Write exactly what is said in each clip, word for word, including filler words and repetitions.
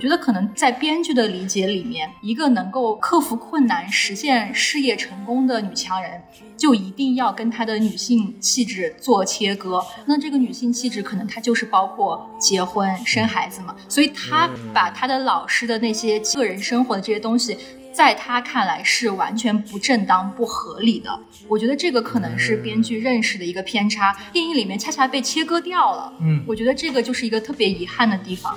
觉得可能在编剧的理解里面，一个能够克服困难实现事业成功的女强人，就一定要跟她的女性气质做切割。那这个女性气质可能她就是包括结婚生孩子嘛，所以她把她的老师的那些个人生活的这些东西，在他看来是完全不正当不合理的。我觉得这个可能是编剧认识的一个偏差，电影里面恰恰被切割掉了。嗯，我觉得这个就是一个特别遗憾的地方。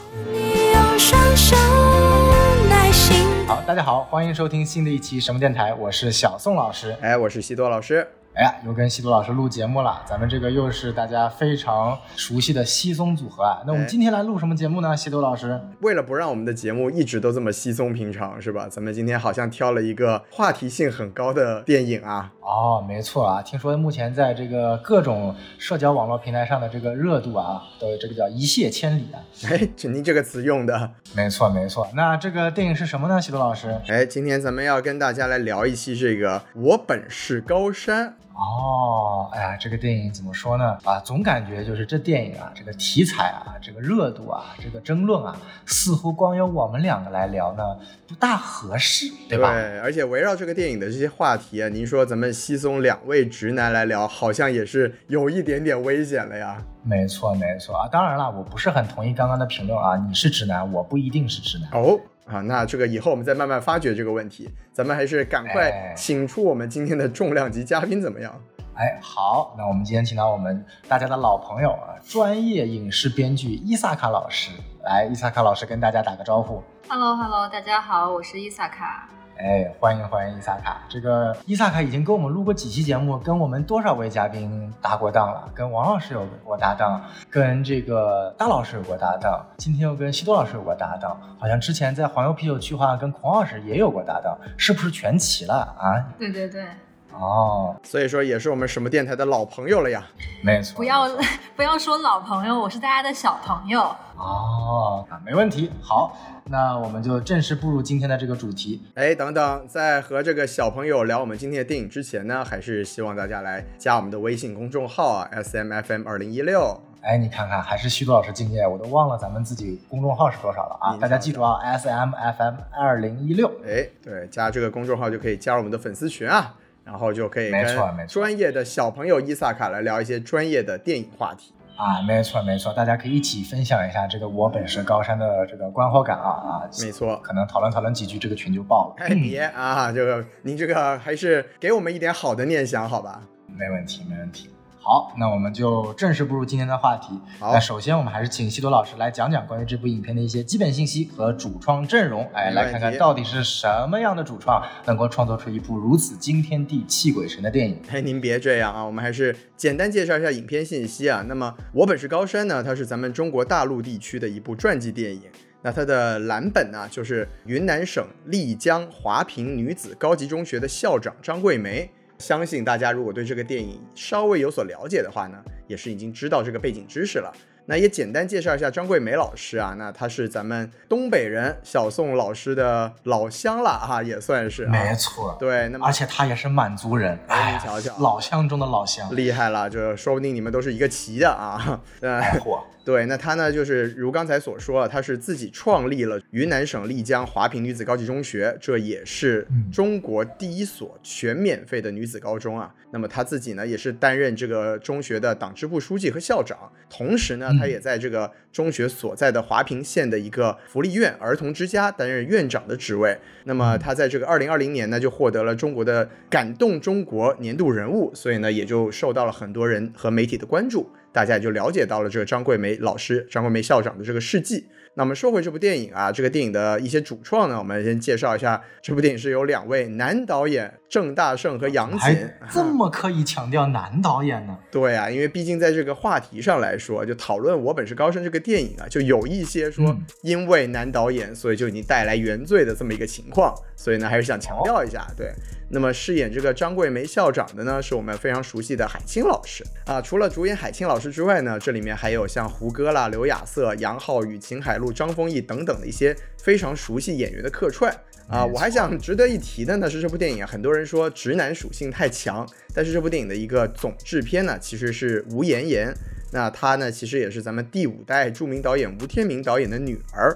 好，大家好，欢迎收听新的一期什么电台，我是小宋老师。 哎，我是西多老师。 哎呀，又跟西多老师录节目了，咱们这个又是大家非常熟悉的稀松组合啊。那我们今天来录什么节目呢？西多老师， 为了不让我们的节目一直都这么稀松平常，是吧？咱们今天好像挑了一个话题性很高的电影啊。 哦，没错啊，听说目前在这个各种社交网络平台上的这个热度啊，都这个叫一泻千里啊。 哎，您这个词用的没错没错。那这个电影是什么呢？西多老师？ 哎，今天咱们要跟大家来聊一期这个我本是高山。 哦，哎呀，这个电影怎么说呢？啊，总感觉就是这电影啊，这个题材啊，这个热度啊，这个争论啊，似乎光由我们两个来聊呢，不大合适，对吧？ 对，而且围绕这个电影的这些话题啊，您说咱们稀松两位直男来聊，好像也是有一点点危险了呀。 没错，没错啊。当然了，我不是很同意刚刚的评论啊，你是直男，我不一定是直男。 哦。啊，那这个以后我们再慢慢发掘这个问题，咱们还是赶快请出我们今天的重量级嘉宾怎么样？ 哎，好，那我们今天请到我们大家的老朋友啊，专业影视编剧伊萨卡老师。来，伊萨卡老师跟大家打个招呼。 Hello Hello， 大家好，我是伊萨卡。 哎，欢迎欢迎伊萨卡。这个伊萨卡已经跟我们录过几期节目，跟我们多少位嘉宾搭过档了，跟王老师有过搭档，跟这个大老师有过搭档，今天又跟西多老师有过搭档，好像之前在黄油啤酒区话跟孔老师也有过搭档，是不是全齐了啊？ 对对对。 哦， 所以说也是我们什么电台的老朋友了呀。 没错， 不要不要说老朋友，我是大家的小朋友。 哦，没问题。好，那我们就正式步入今天的这个主题。 哎，等等，在和这个小朋友聊我们今天的电影之前呢，还是希望大家来加我们的微信公众号啊 S M F M 二零一六。 哎，你看看，还是西多老师敬业，我都忘了咱们自己公众号是多少了啊！大家记住啊 ，S M F M 二零一六。 哎，对，加这个公众号就可以加入我们的粉丝群啊。然后就可以跟专业的小朋友伊萨卡来聊一些专业的电影话题啊，没错没错，大家可以一起分享一下这个我本是高山的这个观后感啊啊， 没错， 可能讨论讨论几句，这个群就爆了。 哎，别啊，这个您这个还是给我们一点好的念想，好吧？ 没问题，没问题。好，那我们就正式步入今天的话题。好，那首先我们还是请西多老师来讲讲关于这部影片的一些基本信息和主创阵容。哎，来看看到底是什么样的主创能够创作出一部如此惊天地泣鬼神的电影。 哎，您别这样啊，我们还是简单介绍一下影片信息啊。那么我本是高山呢，它是咱们中国大陆地区的一部传记电影。那它的蓝本呢，就是云南省丽江华坪女子高级中学的校长张桂梅。相信大家如果对这个电影稍微有所了解的话呢，也是已经知道这个背景知识了。那也简单介绍一下张桂梅老师啊，那她是咱们东北人小宋老师的老乡了啊，也算是、啊、 没错。 对，那么而且她也是满族人， 哎，你瞧瞧， 老乡中的老乡， 厉害了，就说不定你们都是一个旗的啊。 哎嚯！ 对，那他呢，就是如刚才所说，他是自己创立了云南省丽江华坪女子高级中学，这也是中国第一所全免费的女子高中啊。那么他自己呢，也是担任这个中学的党支部书记和校长，同时呢，他也在这个中学所在的华坪县的一个福利院儿童之家担任院长的职位。那么他在这个二零二零年呢，就获得了中国的感动中国年度人物，所以呢，也就受到了很多人和媒体的关注。大家也就了解到了这个张桂梅老师、张桂梅校长的这个事迹。那我们说回这部电影啊，这个电影的一些主创呢，我们先介绍一下，这部电影是由两位男导演郑大圣和杨锦， 这么刻意强调男导演呢？ 对啊，因为毕竟在这个话题上来说，就讨论《我本是高山》这个电影啊，就有一些说因为男导演，所以就已经带来原罪的这么一个情况，所以呢，还是想强调一下，对。那么饰演这个张桂梅校长的呢，是我们非常熟悉的海清老师啊。除了主演海清老师之外呢，这里面还有像胡歌啦、刘亚瑟、杨浩宇、秦海璐、张丰毅等等的一些非常熟悉演员的客串啊。我还想值得一提的呢是这部电影，很多人说直男属性太强，但是这部电影的一个总制片呢，其实是吴妍妍。那她呢，其实也是咱们第五代著名导演吴天明导演的女儿。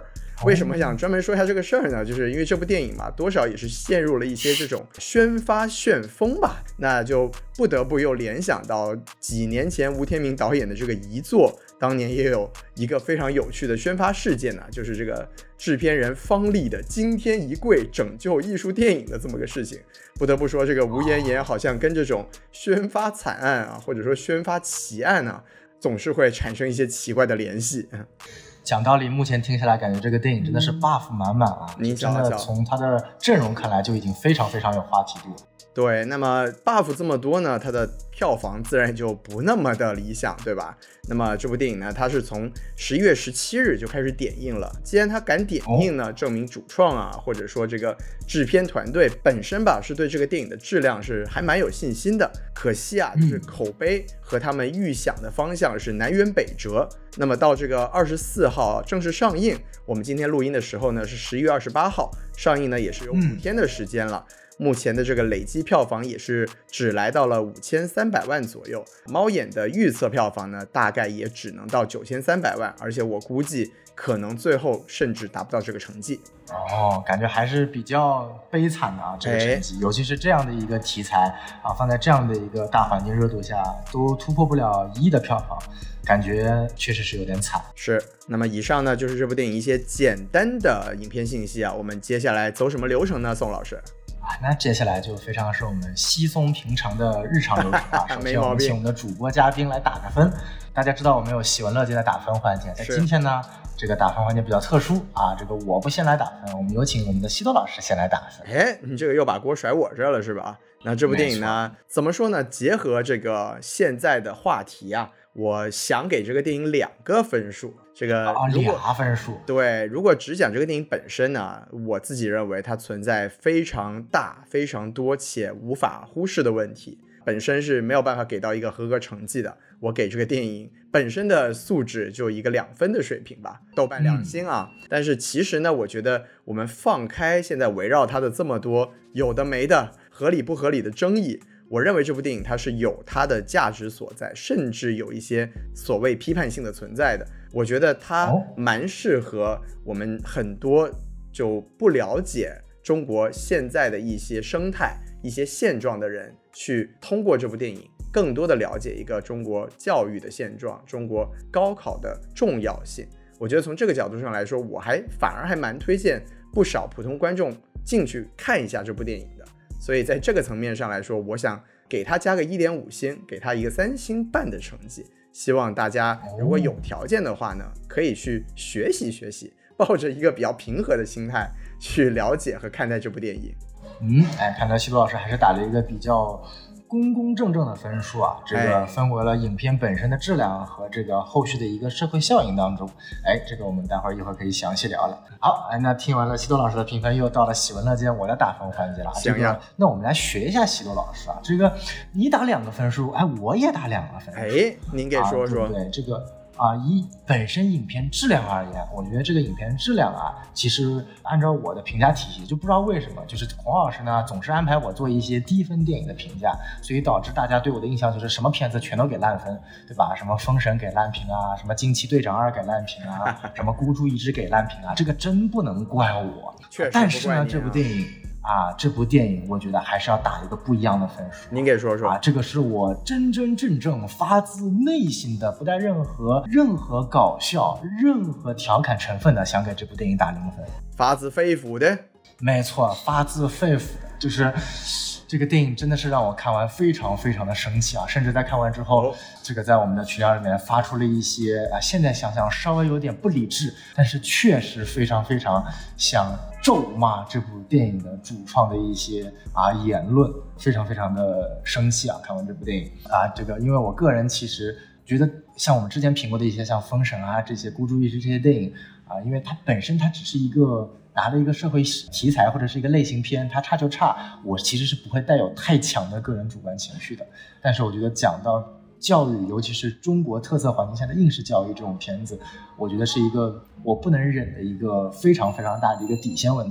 为什么想专门说一下这个事儿呢？就是因为这部电影嘛，多少也是陷入了一些这种宣发旋风吧，那就不得不又联想到几年前吴天明导演的这个遗作，当年也有一个非常有趣的宣发事件呢，就是这个制片人方励的惊天一跪拯救艺术电影的这么个事情。不得不说，这个吴妍妍好像跟这种宣发惨案啊，或者说宣发奇案啊，总是会产生一些奇怪的联系。 讲道理，目前听下来，感觉这个电影真的是 buff 满满啊！ 你真的从它的阵容看来，就已经非常非常有话题度。 对，那么 buff 这么多呢，它的票房自然就不那么的理想，对吧？那么这部电影呢，它是从十一月十七日就开始点映了。既然它敢点映呢，证明主创啊，或者说这个制片团队本身吧，是对这个电影的质量是还蛮有信心的。可惜啊，就是口碑和他们预想的方向是南辕北辙。那么到这个二十四号正式上映，我们今天录音的时候呢是十一月二十八号，上映呢也是有五天的时间了。嗯，目前的这个累计票房也是只来到了五千三百万左右，猫眼的预测票房呢大概也只能到九千三百万，而且我估计可能最后甚至达不到这个成绩。 哦，感觉还是比较悲惨的啊，这个成绩，尤其是这样的一个题材啊，放在这样的一个大环境热度下，都突破不了一亿的票房，感觉确实是有点惨。 是，那么以上呢就是这部电影一些简单的影片信息啊，我们接下来走什么流程呢？宋老师。 啊，那接下来就非常是我们稀松平常的日常流程啊。首先我们请我们的主播嘉宾来打个分。大家知道我们有喜闻乐见的打分环节，在今天呢这个打分环节比较特殊啊，这个我不先来打分，我们有请我们的西多老师先来打分。 哎，你这个又把锅甩我这了是吧？那这部电影呢，怎么说呢？结合这个现在的话题啊，我想给这个电影两个分数。这个如果、 哦、俩分数， 对，如果只讲这个电影本身呢，我自己认为它存在非常大、非常多且无法忽视的问题，本身是没有办法给到一个合格成绩的。我给这个电影本身的素质就一个两分的水平吧，豆瓣两星啊、嗯。但是其实呢，我觉得我们放开现在围绕它的这么多有的没的、合理不合理的争议，我认为这部电影它是有它的价值所在，甚至有一些所谓批判性的存在的。我觉得它蛮适合我们很多就不了解中国现在的一些生态、一些现状的人，去通过这部电影更多的了解一个中国教育的现状，中国高考的重要性。我觉得从这个角度上来说，我还反而还蛮推荐不少普通观众进去看一下这部电影的。所以在这个层面上来说，我想给他加个 一点五 星，给他一个三星半的成绩。希望大家如果有条件的话呢，可以去学习学习，抱着一个比较平和的心态去了解和看待这部电影。 嗯，哎，看来西多老师还是打了一个比较公公正正的分数啊，这个分为了影片本身的质量和这个后续的一个社会效应当中。哎，这个我们待会儿一会儿可以详细聊了。好，哎，那听完了西多老师的评分，又到了喜闻乐见我的打分环节了。 行呀、 这个，那我们来学一下西多老师啊，这个你打两个分数，哎，我也打两个分数。 哎，您给说说。 啊、对, 对这个。啊，以本身影片质量而言，我觉得这个影片质量啊，其实按照我的评价体系，就不知道为什么，就是孔老师呢总是安排我做一些低分电影的评价，所以导致大家对我的印象就是什么片子全都给烂分，对吧？什么封神给烂评啊，什么惊奇队长二给烂评啊，什么孤注一掷给烂评啊，这个真不能怪我。 确实不怪你啊。 但是呢，这部电影。啊，这部电影我觉得还是要打一个不一样的分数。 您给说说啊，这个是我真真正正发自内心的，不带任何任何搞笑、任何调侃成分的，想给这部电影打零分。 发自肺腑的， 没错，发自肺腑的，就是这个电影真的是让我看完非常非常的生气啊！甚至在看完之后，哦、这个在我们的群聊里面发出了一些啊，现在想想稍微有点不理智，但是确实非常非常想咒骂这部电影的主创的一些啊言论，非常非常的生气啊！看完这部电影啊，这个因为我个人其实觉得，像我们之前评过的一些像《封神》啊这些孤注一掷这些电影啊，因为它本身它只是一个拿了一个社会题材或者是一个类型片，它差就差，我其实是不会带有太强的个人主观情绪的。但是我觉得讲到教育，尤其是中国特色环境下的应试教育这种片子，我觉得是一个我不能忍的一个非常非常大的一个底线问题。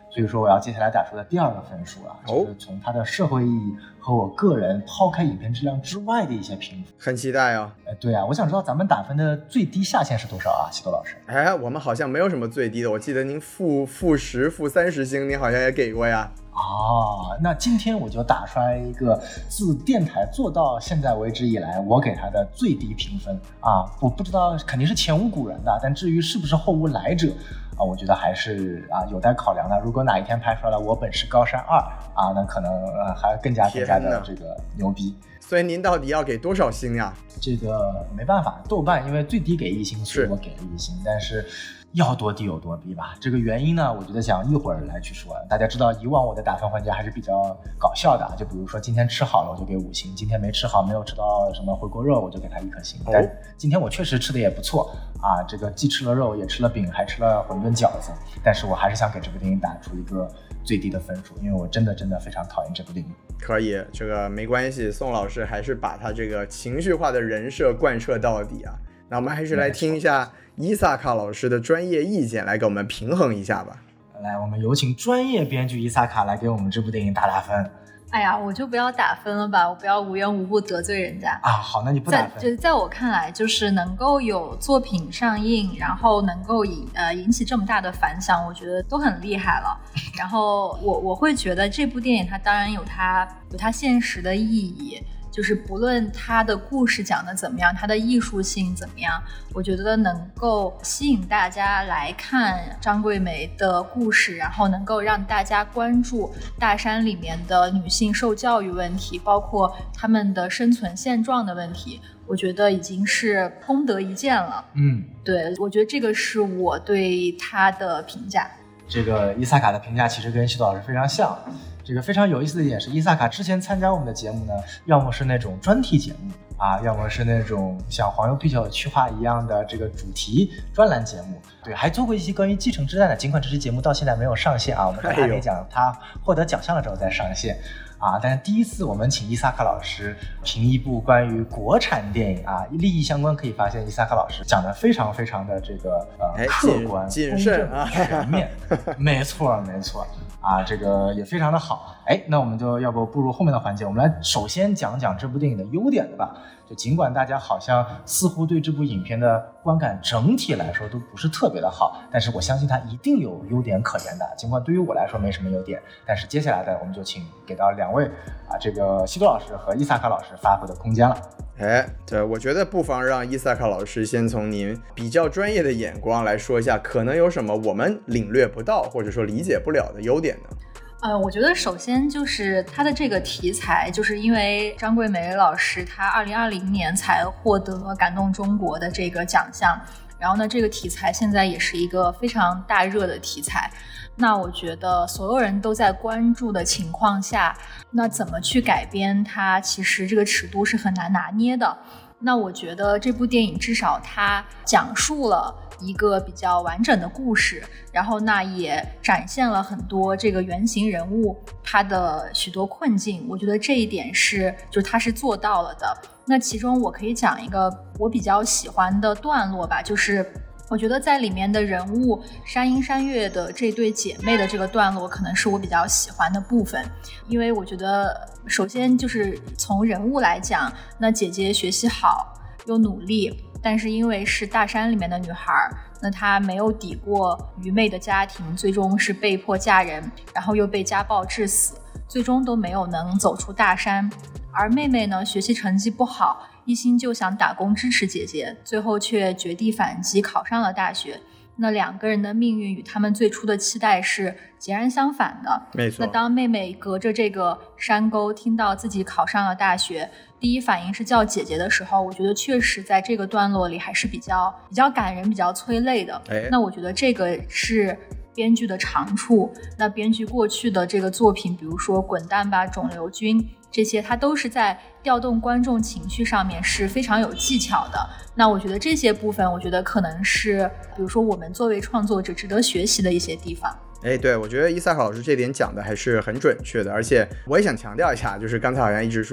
所以说我要接下来打出的第二个分数啊，就是从它的社会意义和我个人抛开影片质量之外的一些评分。 很期待啊！ 呃，对啊，我想知道咱们打分的最低下限是多少啊，西多老师？ 哎，我们好像没有什么最低的，我记得您负负十、负三十星，您好像也给过呀。 哦，那今天我就打出来一个自电台做到现在为止以来我给它的最低评分啊！我不知道，肯定是前无古人的，但至于是不是后无来者啊，我觉得还是啊有待考量的。如果哪一天拍出来了我本是高山二啊，那可能呃还更加更加的这个牛逼。 所以您到底要给多少星呀？ 这个没办法，豆瓣因为最低给一星，所以我给了一星，但是要多低有多低吧。这个原因呢，我觉得想一会儿来去说。大家知道以往我的打分环节还是比较搞笑的，就比如说今天吃好了我就给五星，今天没吃好没有吃到什么回锅肉我就给他一颗星。但今天我确实吃的也不错啊，这个既吃了肉也吃了饼还吃了馄饨饺子，但是我还是想给这部电影打出一个最低的分数，因为我真的真的非常讨厌这部电影。 可以，这个没关系，宋老师还是把他这个情绪化的人设贯彻到底啊。那我们还是来听一下伊萨卡老师的专业意见，来给我们平衡一下吧。 来，我们有请专业编剧伊萨卡来给我们这部电影打打分。 哎呀，我就不要打分了吧，我不要无缘无故得罪人家啊。好，那你不打分。 在, 在我看来，就是能够有作品上映，然后能够引呃引起这么大的反响，我觉得都很厉害了。然后我我会觉得这部电影它当然有它有它现实的意义。就是不论它的故事讲的怎么样，它的艺术性怎么样，我觉得能够吸引大家来看张桂梅的故事，然后能够让大家关注大山里面的女性受教育问题，包括她们的生存现状的问题，我觉得已经是功德一件了。 嗯， 对，我觉得这个是我对她的评价。 这个伊萨卡的评价其实跟西多老师非常像。这个非常有意思的一点是，伊萨卡之前参加我们的节目呢，要么是那种专题节目啊，要么是那种像黄油啤酒趣话一样的这个主题专栏节目，对，还做过一期关于继承之战的，尽管这期节目到现在没有上线啊，我们还没讲他获得奖项了之后再上线啊。但是第一次我们请伊萨卡老师评一部关于国产电影啊，利益相关，可以发现伊萨卡老师讲的非常非常的这个呃客观、 谨慎啊， 全面，没错没错。啊，这个也非常的好。哎，那我们就要不步入后面的环节，我们来首先讲讲这部电影的优点的吧。就尽管大家好像似乎对这部影片的观感整体来说都不是特别的好，但是我相信它一定有优点可言的。尽管对于我来说没什么优点，但是接下来的我们就请给到两位啊，这个西多老师和伊萨卡老师发挥的空间了。 哎，对，我觉得不妨让伊萨卡老师先从您比较专业的眼光来说一下，可能有什么我们领略不到或者说理解不了的优点呢？ 呃，我觉得首先就是它的这个题材，就是因为张桂梅老师她二零二零年才获得感动中国的这个奖项，然后呢，这个题材现在也是一个非常大热的题材。那我觉得所有人都在关注的情况下，那怎么去改编它，其实这个尺度是很难拿捏的。那我觉得这部电影至少它讲述了一个比较完整的故事，然后那也展现了很多这个原型人物他的许多困境，我觉得这一点是就是他是做到了的。那其中我可以讲一个我比较喜欢的段落吧，就是我觉得在里面的人物山鹰山月的这对姐妹的这个段落可能是我比较喜欢的部分，因为我觉得首先就是从人物来讲，那姐姐学习好又努力，但是因为是大山里面的女孩，那她没有抵过愚昧的家庭，最终是被迫嫁人，然后又被家暴致死，最终都没有能走出大山。而妹妹呢，学习成绩不好，一心就想打工支持姐姐，最后却绝地反击，考上了大学。那两个人的命运与他们最初的期待是截然相反的。 没错。 那当妹妹隔着这个山沟听到自己考上了大学，第一反应是叫姐姐的时候，我觉得确实在这个段落里还是比较比较感人、比较催泪的。 哎， 那我觉得这个是编剧的长处。那编剧过去的这个作品，比如说《滚蛋吧，肿瘤君》，这些它都是在调动观众情绪上面是非常有技巧的。那我觉得这些部分，我觉得可能是比如说我们作为创作者值得学习的一些地方。 哎，对，我觉得伊萨卡老师这点讲的还是很准确的，而且我也想强调一下，就是刚才好像一直说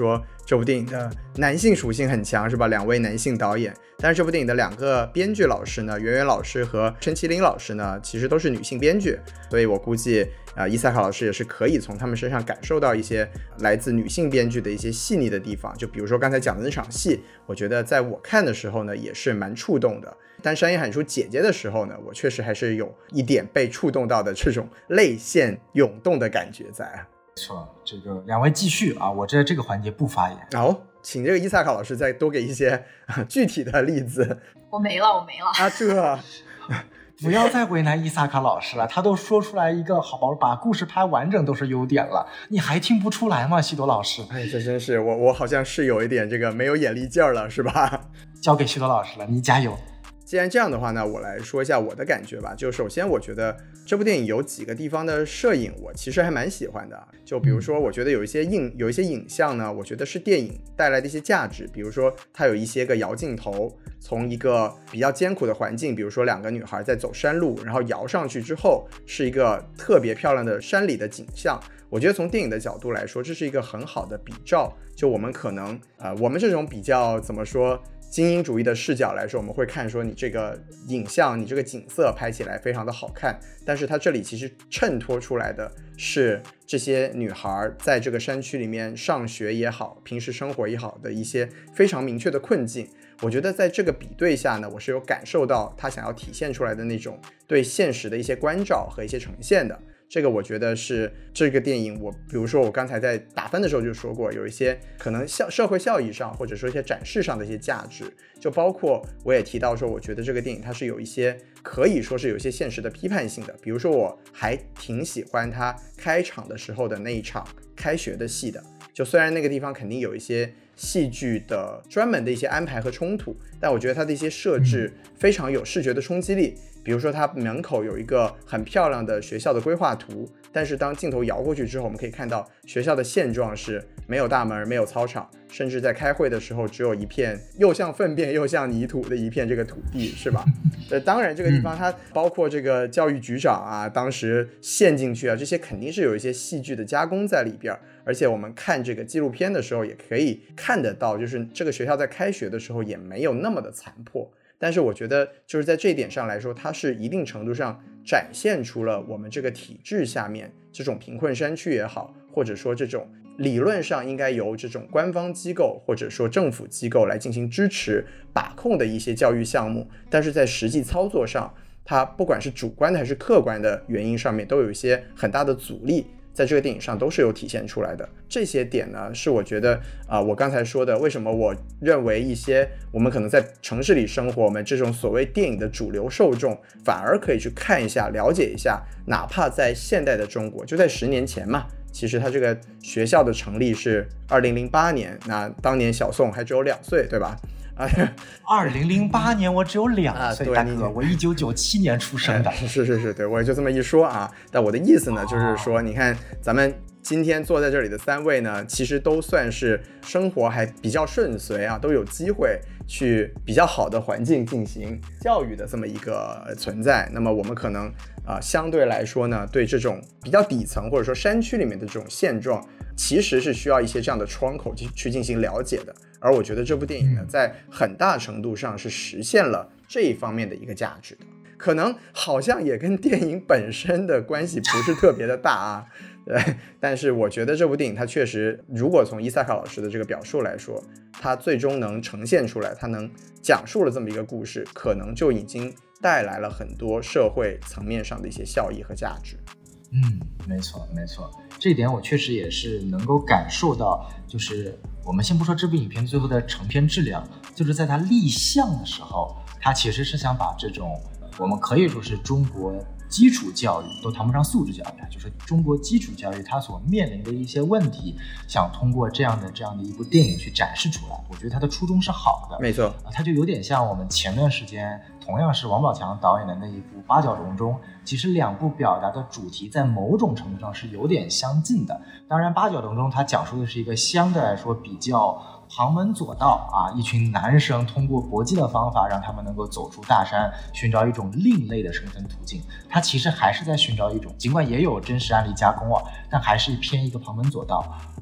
这部电影的男性属性很强，是吧？两位男性导演，但是这部电影的两个编剧老师呢，袁袁老师和陈麒麟老师呢，其实都是女性编剧，所以我估计啊、呃，伊萨卡老师也是可以从他们身上感受到一些来自女性编剧的一些细腻的地方。就比如说刚才讲的那场戏，我觉得在我看的时候呢，也是蛮触动的。但山野喊出姐姐的时候呢，我确实还是有一点被触动到的这种泪腺涌动的感觉在。 没错，这个两位继续啊，我这这个环节不发言。 好、哦，请这个伊萨卡老师再多给一些、啊、具体的例子。 我没了，我没了啊，这不要再为难伊萨卡老师了，他都说出来一个好把故事拍完整都是优点了，你还听不出来吗？西多老师， 哎，这真是我我好像是有一点这个没有眼力劲儿了，是吧？ 交给西多老师了，你加油。 既然这样的话呢，我来说一下我的感觉吧。就首先我觉得这部电影有几个地方的摄影我其实还蛮喜欢的，就比如说我觉得有一些影有一些影像呢，我觉得是电影带来的一些价值，比如说它有一些个摇镜头，从一个比较艰苦的环境，比如说两个女孩在走山路，然后摇上去之后是一个特别漂亮的山里的景象，我觉得从电影的角度来说，这是一个很好的比照。就我们可能呃，我们这种比较怎么说精英主义的视角来说，我们会看说你这个影像，你这个景色拍起来非常的好看，但是它这里其实衬托出来的是这些女孩在这个山区里面上学也好，平时生活也好的一些非常明确的困境。我觉得在这个比对下呢，我是有感受到他想要体现出来的那种对现实的一些关照和一些呈现的。这个我觉得是这个电影，我比如说我刚才在打分的时候就说过，有一些可能效社会效益上或者说一些展示上的一些价值，就包括我也提到说，我觉得这个电影它是有一些可以说是有一些现实的批判性的。比如说我还挺喜欢它开场的时候的那一场开学的戏的，就虽然那个地方肯定有一些戏剧的专门的一些安排和冲突，但我觉得它的一些设置非常有视觉的冲击力。比如说它门口有一个很漂亮的学校的规划图，但是当镜头摇过去之后，我们可以看到学校的现状是没有大门，没有操场，甚至在开会的时候只有一片又像粪便又像泥土的一片这个土地，是吧？呃，当然这个地方它包括这个教育局长啊，当时陷进去啊，这些肯定是有一些戏剧的加工在里边。而且我们看这个纪录片的时候也可以看得到，就是这个学校在开学的时候也没有那么的残破。但是我觉得就是在这一点上来说，它是一定程度上展现出了我们这个体制下面这种贫困山区也好，或者说这种理论上应该由这种官方机构或者说政府机构来进行支持把控的一些教育项目，但是在实际操作上，它不管是主观的还是客观的原因上面都有一些很大的阻力，在这个电影上都是有体现出来的。这些点呢，是我觉得啊、呃，我刚才说的，为什么我认为一些我们可能在城市里生活，我们这种所谓电影的主流受众，反而可以去看一下、了解一下，哪怕在现代的中国，就在十年前嘛，其实它这个学校的成立是二零零八年，那当年小宋还只有两岁，对吧？啊， 二零零八年我只有两岁， 啊、 大哥，我一九九七年出生的。 是是是，对，我也就这么一说啊。但我的意思呢，哦、就是说，你看咱们今天坐在这里的三位呢，其实都算是生活还比较顺遂啊，都有机会去比较好的环境进行教育的这么一个存在。那么我们可能啊、呃，相对来说呢，对这种比较底层或者说山区里面的这种现状，其实是需要一些这样的窗口去去进行了解的。而我觉得这部电影呢，在很大程度上是实现了这一方面的一个价值的，可能好像也跟电影本身的关系不是特别的大啊，对，但是我觉得这部电影它确实，如果从伊萨卡老师的这个表述来说，它最终能呈现出来，它能讲述了这么一个故事，可能就已经带来了很多社会层面上的一些效益和价值。 嗯，没错没错，这一点我确实也是能够感受到，就是我们先不说这部影片最后的成片质量，就是在它立项的时候，它其实是想把这种我们可以说是中国基础教育都谈不上素质教育，就是中国基础教育它所面临的一些问题，想通过这样的这样的一部电影去展示出来。我觉得它的初衷是好的， 没错， 它就有点像我们前段时间同样是王宝强导演的那一部《八角笼中》，其实两部表达的主题在某种程度上是有点相近的。当然，《八角笼中》它讲述的是一个相对来说比较旁门左道啊，一群男生通过搏击的方法让他们能够走出大山，寻找一种另类的生存途径。他其实还是在寻找一种，尽管也有真实案例加工啊，但还是偏一个旁门左道。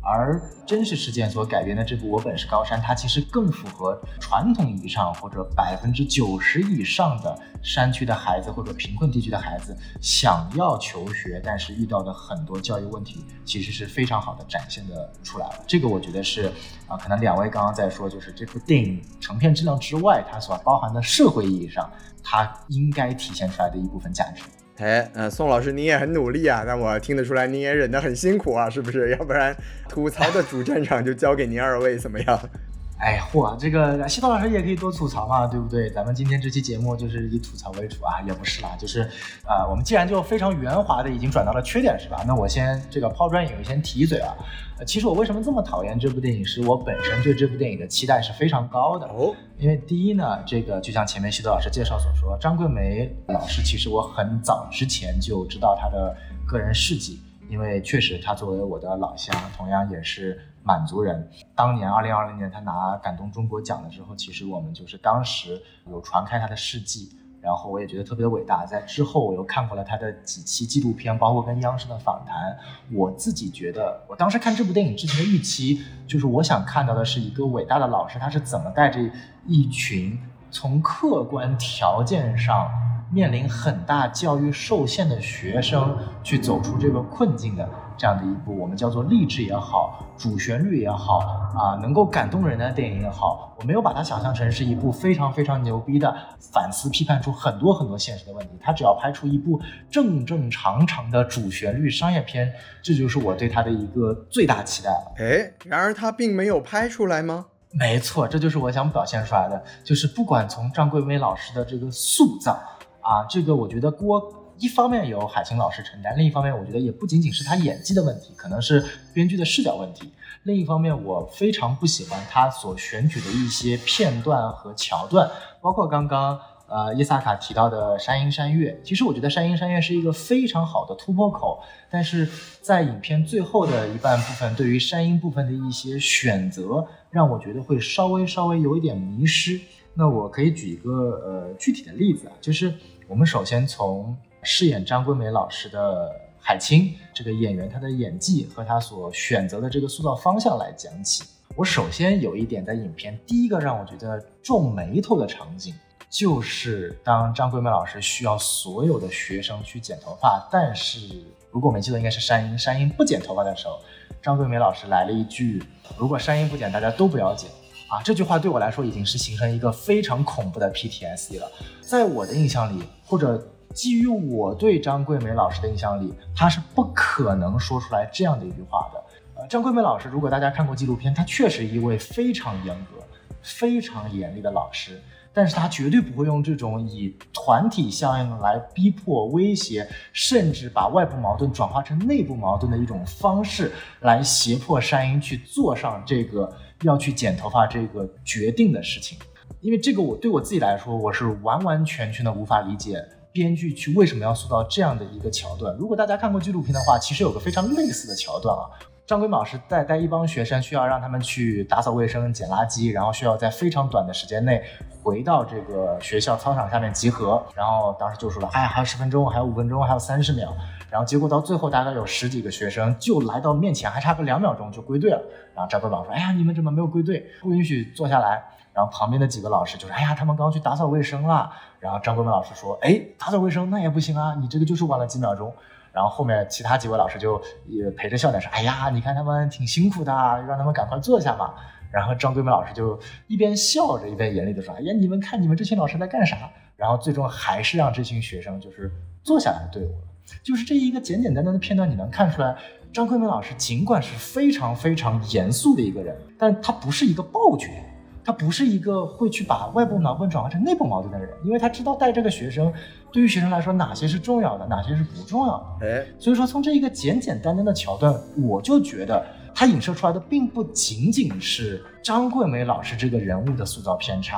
而真实事件所改编的这部《我本是高山》，它其实更符合传统意义上或者百分之九十以上的山区的孩子或者贫困地区的孩子想要求学，但是遇到的很多教育问题，其实是非常好的展现的出来了。这个我觉得是啊、呃，可能两位刚刚在说，就是这部电影成片质量之外，它所包含的社会意义上，它应该体现出来的一部分价值。 哎，呃，宋老师您也很努力啊，但我听得出来您也忍得很辛苦啊，是不是？要不然吐槽的主战场就交给您二位怎么样？ 哎嚯，这个西多老师也可以多吐槽嘛，对不对？咱们今天这期节目就是以吐槽为主啊，也不是啦，就是呃，我们既然就非常圆滑的已经转到了缺点是吧？那我先这个抛砖引玉，先提一嘴啊。呃，其实我为什么这么讨厌这部电影，是我本身对这部电影的期待是非常高的哦。因为第一呢，这个就像前面西多老师介绍所说，张桂梅老师其实我很早之前就知道她的个人事迹。因为确实他作为我的老乡，同样也是满族人，当年二零二零年他拿感动中国奖了之后，其实我们就是当时有传开他的事迹，然后我也觉得特别的伟大。在之后我又看过了他的几期纪录片，包括跟央视的访谈，我自己觉得我当时看这部电影之前的预期就是我想看到的是一个伟大的老师，他是怎么带着一群从客观条件上面临很大教育受限的学生去走出这个困境的这样的一部我们叫做励志也好，主旋律也好啊，能够感动人的电影也好，我没有把它想象成是一部非常非常牛逼的反思批判出很多很多现实的问题，它只要拍出一部正正常常的主旋律商业片，这就是我对它的一个最大期待了。 哎，然而它并没有拍出来吗？ 没错，这就是我想表现出来的，就是不管从张桂梅老师的这个塑造啊，这个我觉得锅一方面由海清老师承担，另一方面我觉得也不仅仅是他演技的问题，可能是编剧的视角问题。另一方面，我非常不喜欢他所选取的一些片段和桥段，包括刚刚呃伊萨卡提到的山鹰山岳。其实我觉得山鹰山岳是一个非常好的突破口，但是在影片最后的一半部分，对于山鹰部分的一些选择，让我觉得会稍微稍微有一点迷失。那我可以举一个呃具体的例子啊，就是我们首先从饰演张桂梅老师的海清这个演员，她的演技和她所选择的这个塑造方向来讲起。我首先有一点在影片第一个让我觉得皱眉头的场景，就是当张桂梅老师需要所有的学生去剪头发，但是如果我没记错应该是山鹰山鹰不剪头发的时候，张桂梅老师来了一句，如果山鹰不剪大家都不要剪啊，这句话对我来说已经是形成一个非常恐怖的 P T S D 了。在我的印象里，或者基于我对张桂梅老师的印象里，她是不可能说出来这样的一句话的。呃，张桂梅老师，如果大家看过纪录片，她确实一位非常严格、非常严厉的老师，但是她绝对不会用这种以团体效应来逼迫、威胁，甚至把外部矛盾转化成内部矛盾的一种方式来胁迫山鹰去做上这个要去剪头发这个决定的事情。因为这个我对我自己来说，我是完完全全的无法理解编剧去为什么要塑造这样的一个桥段。如果大家看过纪录片的话，其实有个非常类似的桥段啊。张桂梅老师带带一帮学生，需要让他们去打扫卫生、捡垃圾，然后需要在非常短的时间内回到这个学校操场下面集合。然后当时就说了，哎，还有十分钟，还有五分钟，还有三十秒。然后结果到最后大概有十几个学生就来到面前，还差个两秒钟就归队了。然后张桂梅老师说，哎呀，你们怎么没有归队？不允许坐下来。然后旁边的几个老师就说，哎呀，他们刚刚去打扫卫生了。然后张桂梅老师说，哎，打扫卫生那也不行啊，你这个就是晚了几秒钟。然后后面其他几位老师就也陪着笑脸说，哎呀，你看他们挺辛苦的，让他们赶快坐下嘛。然后张桂梅老师就一边笑着一边严厉的说，哎呀，你们看你们这群老师在干啥？然后最终还是让这群学生就是坐下来队伍了。就是这一个简简单单的片段，你能看出来张桂梅老师尽管是非常非常严肃的一个人，但他不是一个暴君，他不是一个会去把外部矛盾转化成内部矛盾的人，因为他知道带这个学生对于学生来说哪些是重要的，哪些是不重要的。哎，所以说从这一个简简单单的桥段，我就觉得他影射出来的并不仅仅是张桂梅老师这个人物的塑造偏差，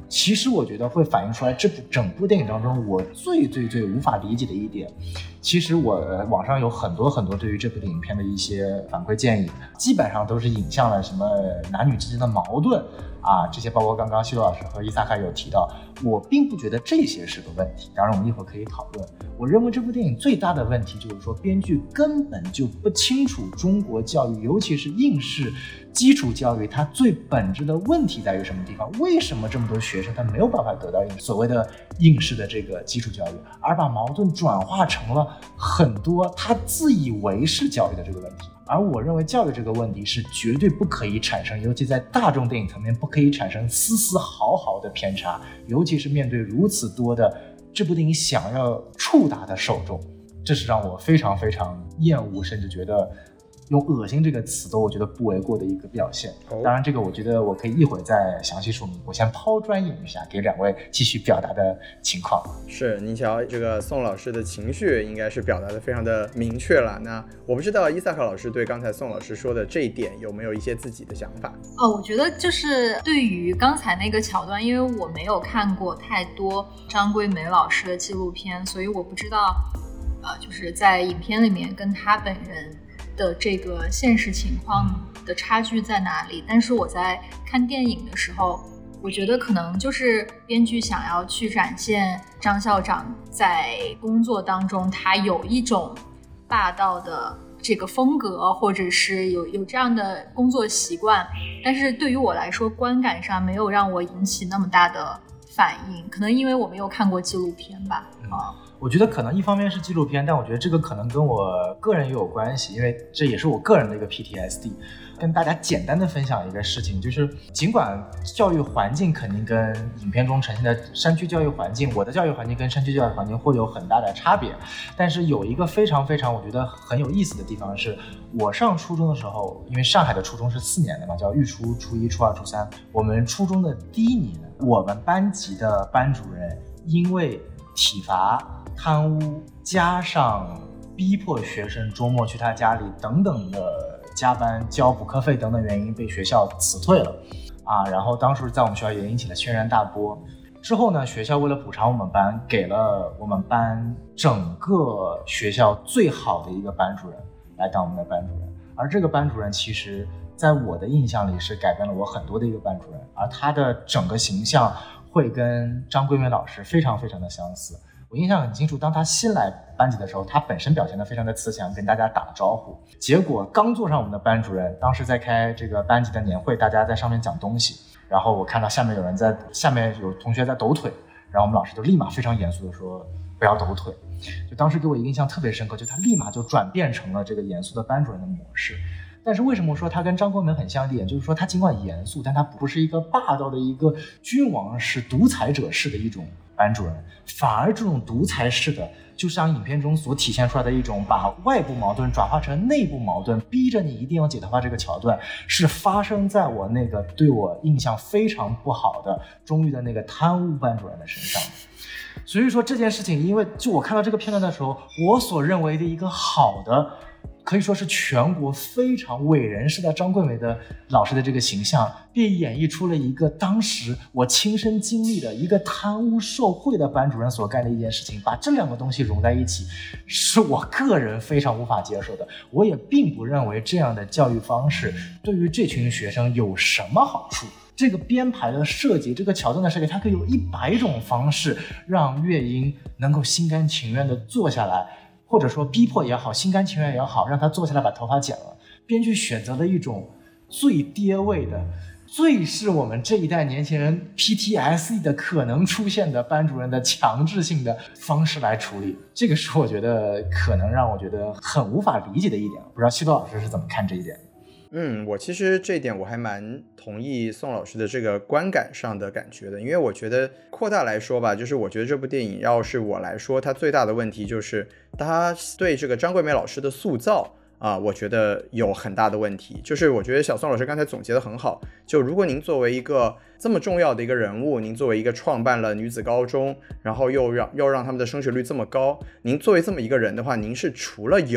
其实我觉得会反映出来这部整部电影当中我最最最无法理解的一点。其实我网上有很多很多对于这部影片的一些反馈建议，基本上都是引向了什么男女之间的矛盾啊，这些包括刚刚西多老师和伊萨卡有提到，我并不觉得这些是个问题，当然我们一会儿可以讨论。我认为这部电影最大的问题就是说，编剧根本就不清楚中国教育，尤其是应试基础教育，它最本质的问题在于什么地方？为什么这么多学生他没有办法得到所谓的应试的这个基础教育，而把矛盾转化成了很多他自以为是教育的这个问题？而我认为教育这个问题是绝对不可以产生，尤其在大众电影层面不可以产生丝丝毫毫的偏差，尤其是面对如此多的这部电影想要触达的受众，这是让我非常非常厌恶，甚至觉得用恶心这个词都我觉得不为过的一个表现。当然这个我觉得我可以一会儿再详细说明，我先抛砖引玉一下给两位继续表达的情况。 是，您瞧这个宋老师的情绪应该是表达的非常的明确了，那我不知道伊萨克老师对刚才宋老师说的这一点有没有一些自己的想法？ 哦，我觉得就是对于刚才那个桥段，因为我没有看过太多张桂梅老师的纪录片，所以我不知道呃，就是在影片里面跟她本人的这个现实情况的差距在哪里。但是我在看电影的时候，我觉得可能就是编剧想要去展现张校长在工作当中他有一种霸道的这个风格，或者是有有这样的工作习惯，但是对于我来说观感上没有让我引起那么大的反应，可能因为我没有看过纪录片吧。啊、嗯， 我觉得可能一方面是纪录片，但我觉得这个可能跟我个人也有关系，因为这也是我个人的一个 P T S D。跟大家简单的分享一个事情，就是尽管教育环境肯定跟影片中呈现的山区教育环境，我的教育环境跟山区教育环境会有很大的差别，但是有一个非常非常我觉得很有意思的地方是，我上初中的时候，因为上海的初中是四年的嘛，叫预初、初一、初二、初三，我们初中的第一年，我们班级的班主任因为体罚、贪污加上逼迫学生周末去他家里等等的加班交补课费等等原因被学校辞退了啊，然后当时在我们学校也引起了轩然大波。之后呢，学校为了补偿我们班，给了我们班整个学校最好的一个班主任来当我们的班主任，而这个班主任其实在我的印象里是改变了我很多的一个班主任，而他的整个形象会跟张桂梅老师非常非常的相似。我印象很清楚，当他新来班级的时候，他本身表现得非常的慈祥，跟大家打招呼。结果刚坐上我们的班主任，当时在开这个班级的年会，大家在上面讲东西，然后我看到下面有人在下面有同学在抖腿，然后我们老师就立马非常严肃的说不要抖腿。就当时给我一个印象特别深刻，就他立马就转变成了这个严肃的班主任的模式。但是为什么说他跟张桂梅很像一点，就是说他尽管严肃，但他不是一个霸道的一个君王式独裁者式的一种班主任，反而这种独裁式的就像影片中所体现出来的一种把外部矛盾转化成内部矛盾，逼着你一定要解套的这个桥段，是发生在我那个对我印象非常不好的中艺的那个贪污班主任的身上。所以说这件事情，因为就我看到这个片段的时候，我所认为的一个好的可以说是全国非常伟人式的张桂梅的老师的这个形象，被演绎出了一个当时我亲身经历的一个贪污受贿的班主任所干的一件事情，把这两个东西融在一起，是我个人非常无法接受的。我也并不认为这样的教育方式对于这群学生有什么好处。这个编排的设计，这个桥段的设计，它可以有一百种方式让乐音能够心甘情愿地坐下来，或者说逼迫也好，心甘情愿也好，让他坐下来把头发剪了。编剧选择了一种最跌位的，最是我们这一代年轻人 P T S D 的可能出现的班主任的强制性的方式来处理，这个是我觉得可能让我觉得很无法理解的一点。不知道西多老师是怎么看这一点？ 嗯，我其实这一点我还蛮同意宋老师的这个观感上的感觉的，因为我觉得扩大来说吧，就是我觉得这部电影要是我来说，它最大的问题就是它对这个张桂梅老师的塑造啊，我觉得有很大的问题。就是我觉得小宋老师刚才总结的很好，就如果您作为一个这么重要的一个人物，您作为一个创办了女子高中，然后又让又让他们的升学率这么高，您作为这么一个人的话，您是除了有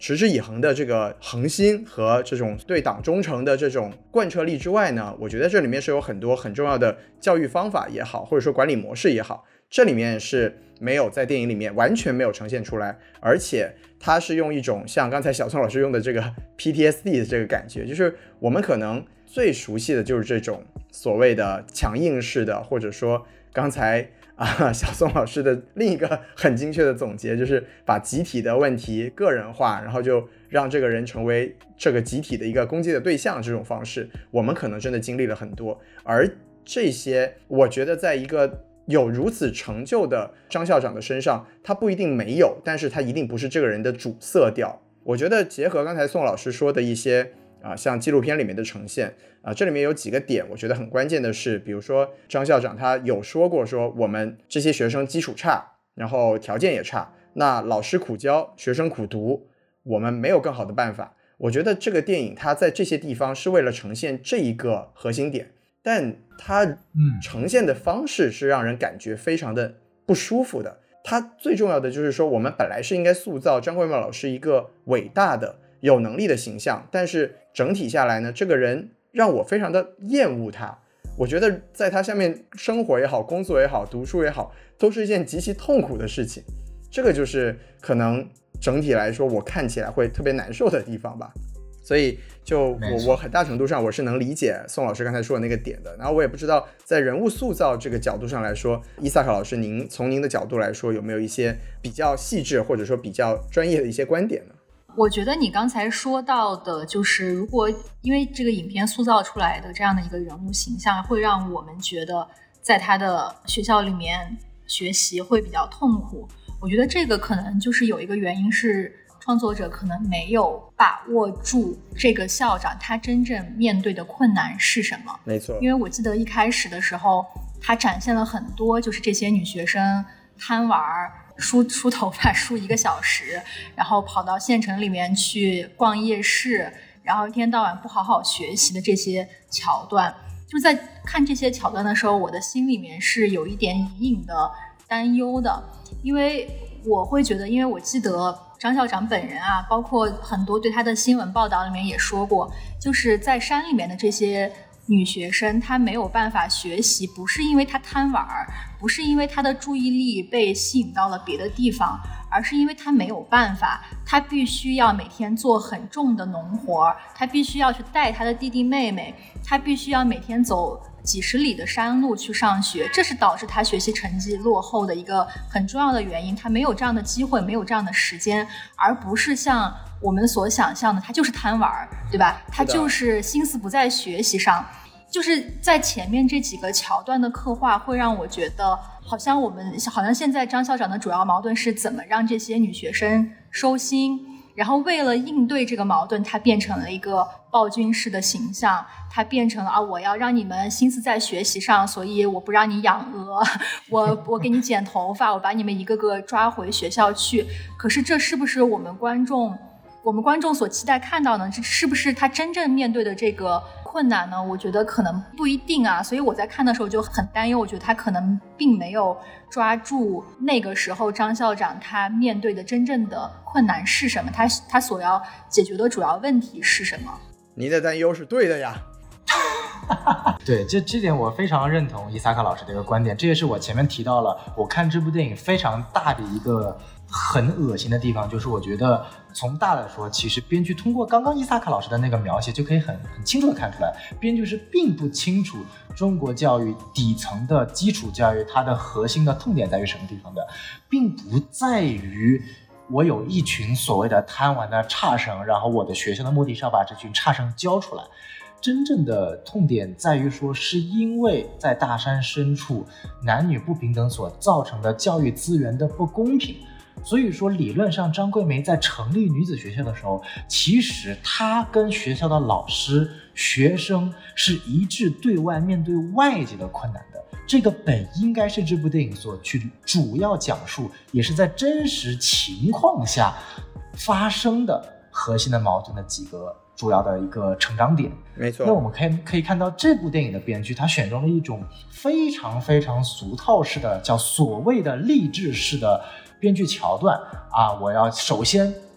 持之以恒的这个恒心和这种对党忠诚的这种贯彻力之外呢，我觉得这里面是有很多很重要的教育方法也好，或者说管理模式也好，这里面是没有在电影里面完全没有呈现出来，而且它是用一种像刚才小宋老师用的这个 P T S D 的这个感觉，就是我们可能最熟悉的就是这种所谓的强硬式的，或者说刚才啊小宋老师的另一个很精确的总结，就是把集体的问题个人化，然后就让这个人成为这个集体的一个攻击的对象，这种方式我们可能真的经历了很多。而这些我觉得在一个有如此成就的张校长的身上，他不一定没有，但是他一定不是这个人的主色调。我觉得结合刚才宋老师说的一些啊，像纪录片里面的呈现啊，这里面有几个点我觉得很关键的是，比如说张校长他有说过说我们这些学生基础差，然后条件也差，那老师苦教，学生苦读，我们没有更好的办法。我觉得这个电影它在这些地方是为了呈现这一个核心点，但它呈现的方式是让人感觉非常的不舒服的。它最重要的就是说，我们本来是应该塑造张桂梅老师一个伟大的有能力的形象，但是整体下来呢，这个人让我非常的厌恶他。我觉得在他下面生活也好，工作也好，读书也好，都是一件极其痛苦的事情。这个就是可能整体来说我看起来会特别难受的地方吧。所以就我我很大程度上我是能理解宋老师刚才说的那个点的。然后我也不知道在人物塑造这个角度上来说，伊萨克老师您从您的角度来说有没有一些比较细致或者说比较专业的一些观点呢？ 我觉得你刚才说到的就是如果因为这个影片塑造出来的这样的一个人物形象会让我们觉得在他的学校里面学习会比较痛苦，我觉得这个可能就是有一个原因是创作者可能没有把握住这个校长他真正面对的困难是什么。 没错， 因为我记得一开始的时候他展现了很多就是这些女学生贪玩梳梳头发梳一个小时，然后跑到县城里面去逛夜市，然后一天到晚不好好学习的这些桥段。就在看这些桥段的时候，我的心里面是有一点隐隐的担忧的，因为我会觉得，因为我记得张校长本人啊，包括很多对他的新闻报道里面也说过，就是在山里面的这些女学生她没有办法学习，不是因为她贪玩，不是因为她的注意力被吸引到了别的地方，而是因为她没有办法，她必须要每天做很重的农活，她必须要去带她的弟弟妹妹，她必须要每天走几十里的山路去上学，这是导致她学习成绩落后的一个很重要的原因。她没有这样的机会，没有这样的时间，而不是像我们所想象的她就是贪玩，对吧？她就是心思不在学习上。就是在前面这几个桥段的刻画会让我觉得好像我们好像现在张校长的主要矛盾是怎么让这些女学生收心，然后为了应对这个矛盾，他变成了一个暴君式的形象，他变成了啊，我要让你们心思在学习上，所以我不让你养鹅，我我给你剪头发，我把你们一个个抓回学校去。可是这是不是我们观众我们观众所期待看到呢？这是不是他真正面对的这个困难呢？我觉得可能不一定啊，所以我在看的时候就很担忧，我觉得他可能并没有抓住那个时候张校长他面对的真正的困难是什么，他他所要解决的主要问题是什么。 您的担忧是对的呀。 对，这这点我非常认同伊萨克老师的一个观点，这也是我前面提到了我看这部电影非常大的一个很恶心的地方，就是我觉得从大的说，其实编剧通过刚刚伊萨克老师的那个描写就可以很很清楚的看出来，编剧是并不清楚中国教育底层的基础教育它的核心的痛点在于什么地方的，并不在于我有一群所谓的贪玩的差生，然后我的学校的目的是要把这群差生教出来。真正的痛点在于说，是因为在大山深处男女不平等所造成的教育资源的不公平。所以说理论上张桂梅在成立女子学校的时候，其实她跟学校的老师学生是一致对外面对外界的困难的，这个本应该是这部电影所去主要讲述，也是在真实情况下发生的核心的矛盾的几个主要的一个成长点。 没错， 那我们可以可以看到这部电影的编剧他选中了一种非常非常俗套式的叫所谓的励志式的编剧桥段啊，我要首先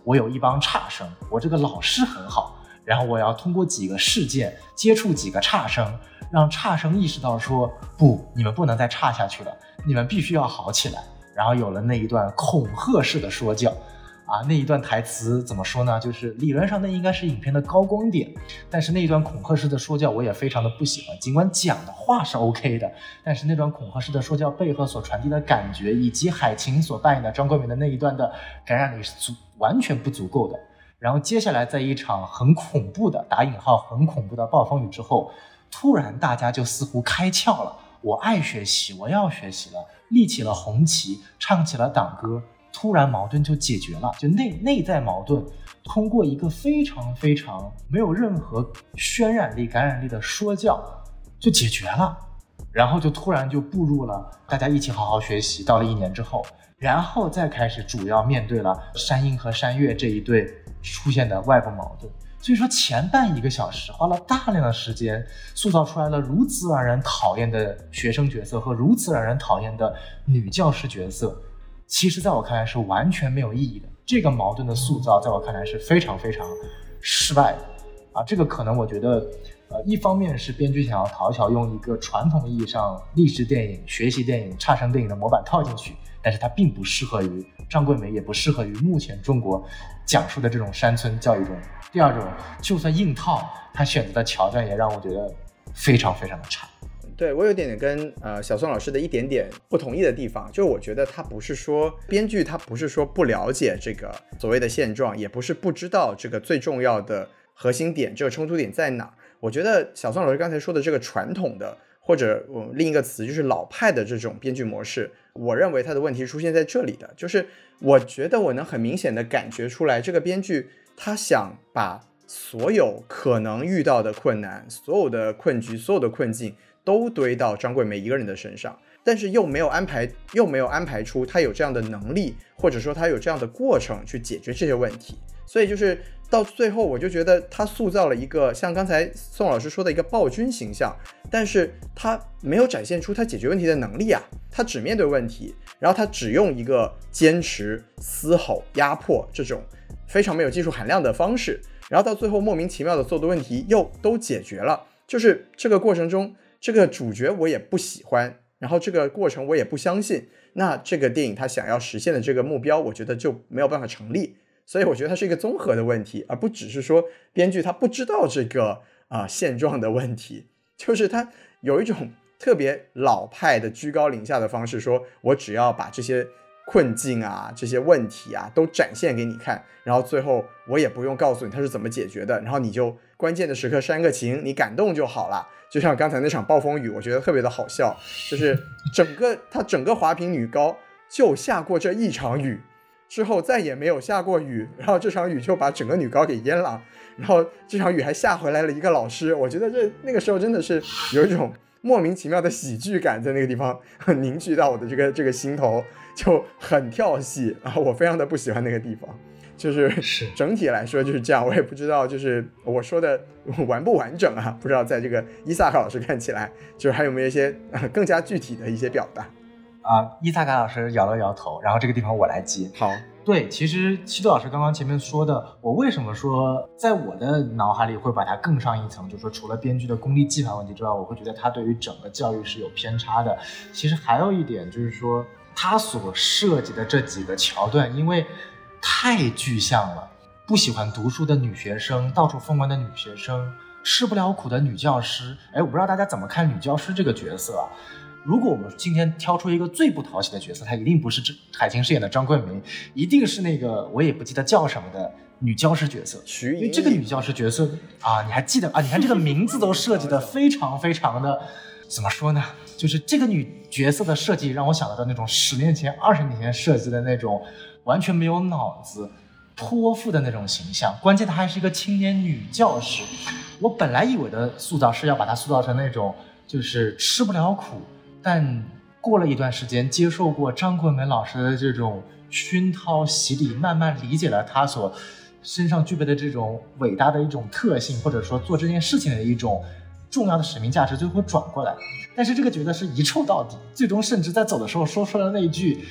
我有一帮差生，我这个老师很好，然后我要通过几个事件接触几个差生，让差生意识到说，不，你们不能再差下去了，你们必须要好起来。然后有了那一段恐吓式的说教啊，那一段台词怎么说呢？就是理论上那应该是影片的高光点，但是那一段恐吓式的说教我也非常的不喜欢。尽管讲的话是 OK 的，但是那段恐吓式的说教背后所传递的感觉，以及海晴所扮演的张桂梅的那一段的感染力是足完全不足够的。然后接下来在一场很恐怖的打引号很恐怖的暴风雨之后，突然大家就似乎开窍了，我爱学习，我要学习了，立起了红旗，唱起了党歌，突然矛盾就解决了，就内内在矛盾通过一个非常非常没有任何渲染力感染力的说教就解决了。然后就突然就步入了大家一起好好学习，到了一年之后，然后再开始主要面对了山鹰和山月这一对出现的外部矛盾。所以说前半一个小时花了大量的时间塑造出来了如此让人讨厌的学生角色和如此让人讨厌的女教师角色，其实在我看来是完全没有意义的。这个矛盾的塑造在我看来是非常非常失败的啊！这个可能我觉得呃，一方面是编剧想要讨巧用一个传统意义上励志电影、学习电影、差生电影的模板套进去，但是它并不适合于张桂梅，也不适合于目前中国讲述的这种山村教育中。第二种，就算硬套，他选择的桥段也让我觉得非常非常的差。 对，我有点点跟呃小宋老师的一点点不同意的地方，就是我觉得他不是说编剧他不是说不了解这个所谓的现状，也不是不知道这个最重要的核心点，这个冲突点在哪。我觉得小宋老师刚才说的这个传统的，或者我另一个词就是老派的这种编剧模式，我认为他的问题出现在这里的，就是我觉得我能很明显的感觉出来，这个编剧他想把所有可能遇到的困难、所有的困局、所有的困境都堆到张桂梅一个人的身上，但是又没有安排，又没有安排出他有这样的能力，或者说他有这样的过程去解决这些问题。所以就是到最后，我就觉得他塑造了一个像刚才宋老师说的一个暴君形象，但是他没有展现出他解决问题的能力啊，他只面对问题，然后他只用一个坚持、嘶吼、压迫这种非常没有技术含量的方式，然后到最后莫名其妙的所有的问题又都解决了。就是这个过程中，这个主角我也不喜欢，然后这个过程我也不相信，那这个电影他想要实现的这个目标，我觉得就没有办法成立。所以我觉得它是一个综合的问题，而不只是说编剧他不知道这个啊、呃、现状的问题，就是他有一种特别老派的居高临下的方式，说我只要把这些困境啊、这些问题啊都展现给你看，然后最后我也不用告诉你它是怎么解决的，然后你就关键的时刻煽个情，你感动就好了。就像刚才那场暴风雨，我觉得特别的好笑，就是整个它整个华坪女高就下过这一场雨。之后再也没有下过雨，然后这场雨就把整个女高给淹了，然后这场雨还下回来了一个老师，我觉得这那个时候真的是有一种莫名其妙的喜剧感在那个地方凝聚到我的这个这个心头，就很跳戏，然后我非常的不喜欢那个地方。就是整体来说就是这样，我也不知道就是我说的完不完整啊，不知道在这个伊萨克老师看起来就是还有没有一些、呃、更加具体的一些表达。 啊、呃，伊萨卡老师摇了摇头，然后这个地方我来接。 好， 对，其实西多老师刚刚前面说的，我为什么说在我的脑海里会把它更上一层，就是说除了编剧的功力技法问题之外，我会觉得他对于整个教育是有偏差的。其实还有一点就是说，他所涉及的这几个桥段，因为太具象了，不喜欢读书的女学生，到处疯玩的女学生，吃不了苦的女教师。哎，我不知道大家怎么看女教师这个角色啊？如果我们今天挑出一个最不讨喜的角色，她一定不是海清饰演的张桂梅，一定是那个我也不记得叫什么的女教师角色。 徐莹莹， 这个女教师角色啊，你还记得啊？你看这个名字都设计的非常非常的，怎么说呢？就是这个女角色的设计让我想到的那种十年前、二十年前设计的那种完全没有脑子、泼妇的那种形象。关键她还是一个青年女教师。我本来以为的塑造是要把她塑造成那种就是吃不了苦。但过了一段时间，接受过张桂梅老师的这种熏陶洗礼，慢慢理解了她所身上具备的这种伟大的一种特性，或者说做这件事情的一种重要的使命价值，最后转过来。但是这个角色是一臭到底，最终甚至在走的时候说出了那一句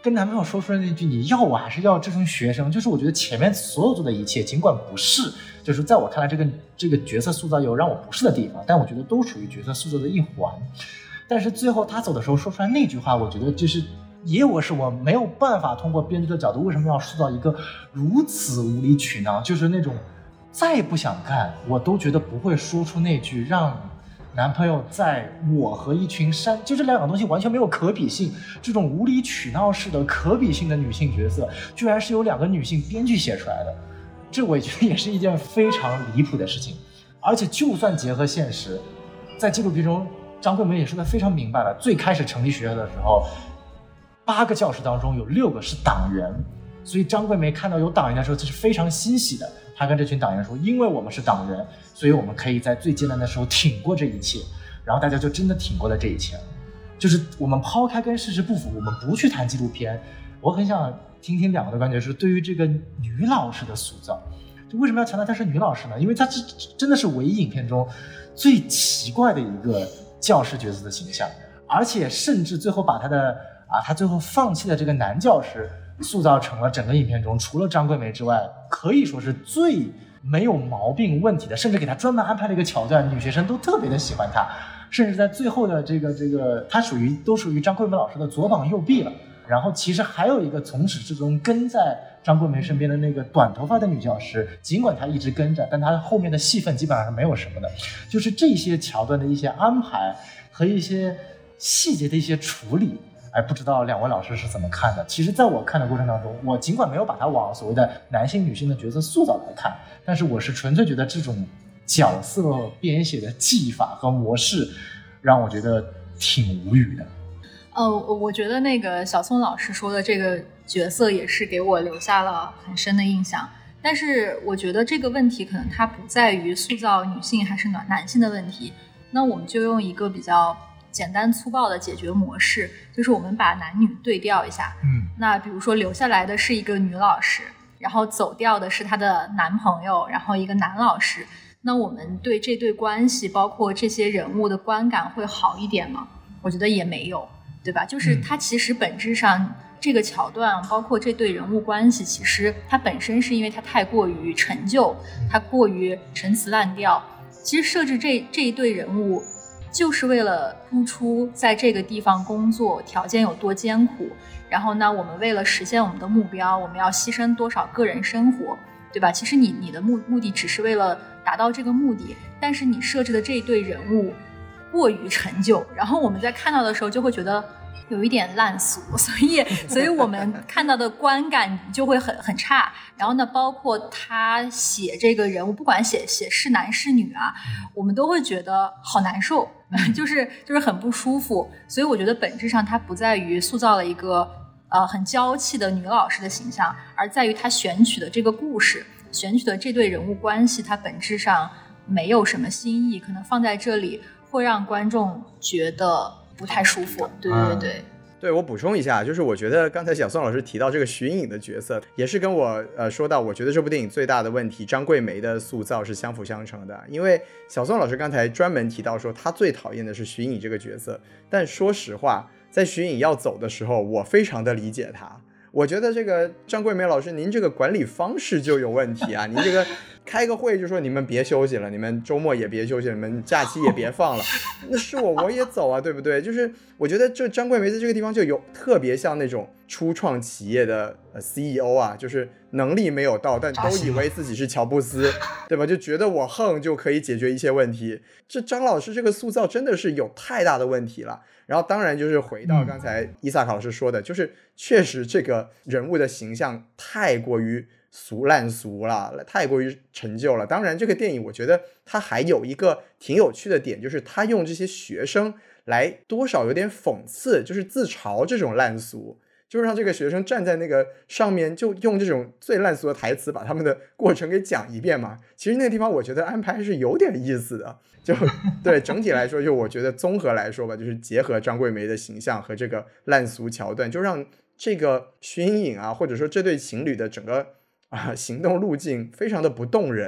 跟男朋友说出了那句你要我还是要这种学生，就是我觉得前面所有做的一切尽管不是，就是在我看来这个这个角色塑造有让我不是的地方，但我觉得都属于角色塑造的一环。但是最后他走的时候说出来那句话，我觉得就是也我是我没有办法通过编剧的角度为什么要塑造一个如此无理取闹，就是那种再不想干我都觉得不会说出那句让男朋友在我和一群山，就这两种东西完全没有可比性，这种无理取闹式的可比性的女性角色居然是由两个女性编剧写出来的，这我觉得也是一件非常离谱的事情。而且就算结合现实，在纪录片中张桂梅也说得非常明白了，最开始成立学校的时候八个教师当中有六个是党员，所以张桂梅看到有党员的时候这是非常欣喜的，她跟这群党员说，因为我们是党员，所以我们可以在最艰难的时候挺过这一切，然后大家就真的挺过了这一切。就是我们抛开跟事实不符，我们不去谈纪录片，我很想听听两个的观点，是对于这个女老师的塑造。就为什么要强调她是女老师呢？因为她这真的是唯一影片中最奇怪的一个教师角色的形象，而且甚至最后把她的啊，她最后放弃的这个男教师塑造成了整个影片中除了张桂梅之外可以说是最没有毛病问题的，甚至给她专门安排了一个桥段，女学生都特别的喜欢她，甚至在最后的这个这个她属于都属于张桂梅老师的左膀右臂了。然后其实还有一个从始至终跟在张桂梅身边的那个短头发的女教师，尽管她一直跟着，但她后面的戏份基本上是没有什么的。就是这些桥段的一些安排和一些细节的一些处理，哎，不知道两位老师是怎么看的？其实在我看的过程当中，我尽管没有把它往所谓的男性女性的角色塑造来看，但是我是纯粹觉得这种角色编写的技法和模式让我觉得挺无语的。 呃，我觉得那个小宋老师说的这个角色也是给我留下了很深的印象，但是我觉得这个问题可能它不在于塑造女性还是男性的问题，那我们就用一个比较简单粗暴的解决模式，就是我们把男女对调一下。 嗯， 那比如说留下来的是一个女老师，然后走掉的是她的男朋友，然后一个男老师，那我们对这对关系包括这些人物的观感会好一点吗？我觉得也没有，对吧？就是它其实本质上这个桥段包括这对人物关系，其实它本身是因为它太过于陈旧，它过于陈词滥调，其实设置这这一对人物就是为了突出在这个地方工作条件有多艰苦，然后呢我们为了实现我们的目标，我们要牺牲多少个人生活，对吧？其实你你的目目的只是为了达到这个目的，但是你设置的这一对人物过于陈旧，然后我们在看到的时候就会觉得有一点烂俗，所以所以我们看到的观感就会很很差。然后呢，包括他写这个人物，不管写写是男是女啊，我们都会觉得好难受，就是就是很不舒服。所以我觉得本质上它不在于塑造了一个呃很娇气的女老师的形象，而在于他选取的这个故事，选取的这对人物关系，它本质上没有什么新意，可能放在这里会让观众觉得不太舒服。对对对、嗯、 对，我补充一下，就是我觉得刚才小宋老师提到这个徐颖的角色，也是跟我呃说到我觉得这部电影最大的问题张桂梅的塑造是相辅相成的。因为小宋老师刚才专门提到说他最讨厌的是徐颖这个角色，但说实话在徐颖要走的时候我非常的理解他，我觉得这个张桂梅老师您这个管理方式就有问题啊，您这个开个会就说你们别休息了，你们周末也别休息，你们假期也别放了，那是我我也走啊，对不对？就是我觉得这张桂梅在这个地方就有特别像那种初创企业的 C E O 啊，就是能力没有到但都以为自己是乔布斯，对吧？就觉得我横就可以解决一切问题，这张老师这个塑造真的是有太大的问题了。然后当然就是回到刚才伊萨卡老师说的，就是确实这个人物的形象太过于俗烂俗了，太过于陈旧了。当然这个电影我觉得它还有一个挺有趣的点，就是它用这些学生来多少有点讽刺，就是自嘲这种烂俗，就让这个学生站在那个上面就用这种最烂俗的台词把他们的过程给讲一遍嘛。其实那个地方我觉得安排是有点意思的，就对整体来说，就我觉得综合来说吧，就是结合张桂梅的形象和这个烂俗桥段，就让这个徐颖颖啊，或者说这对情侣的整个啊行动路径非常的不动人。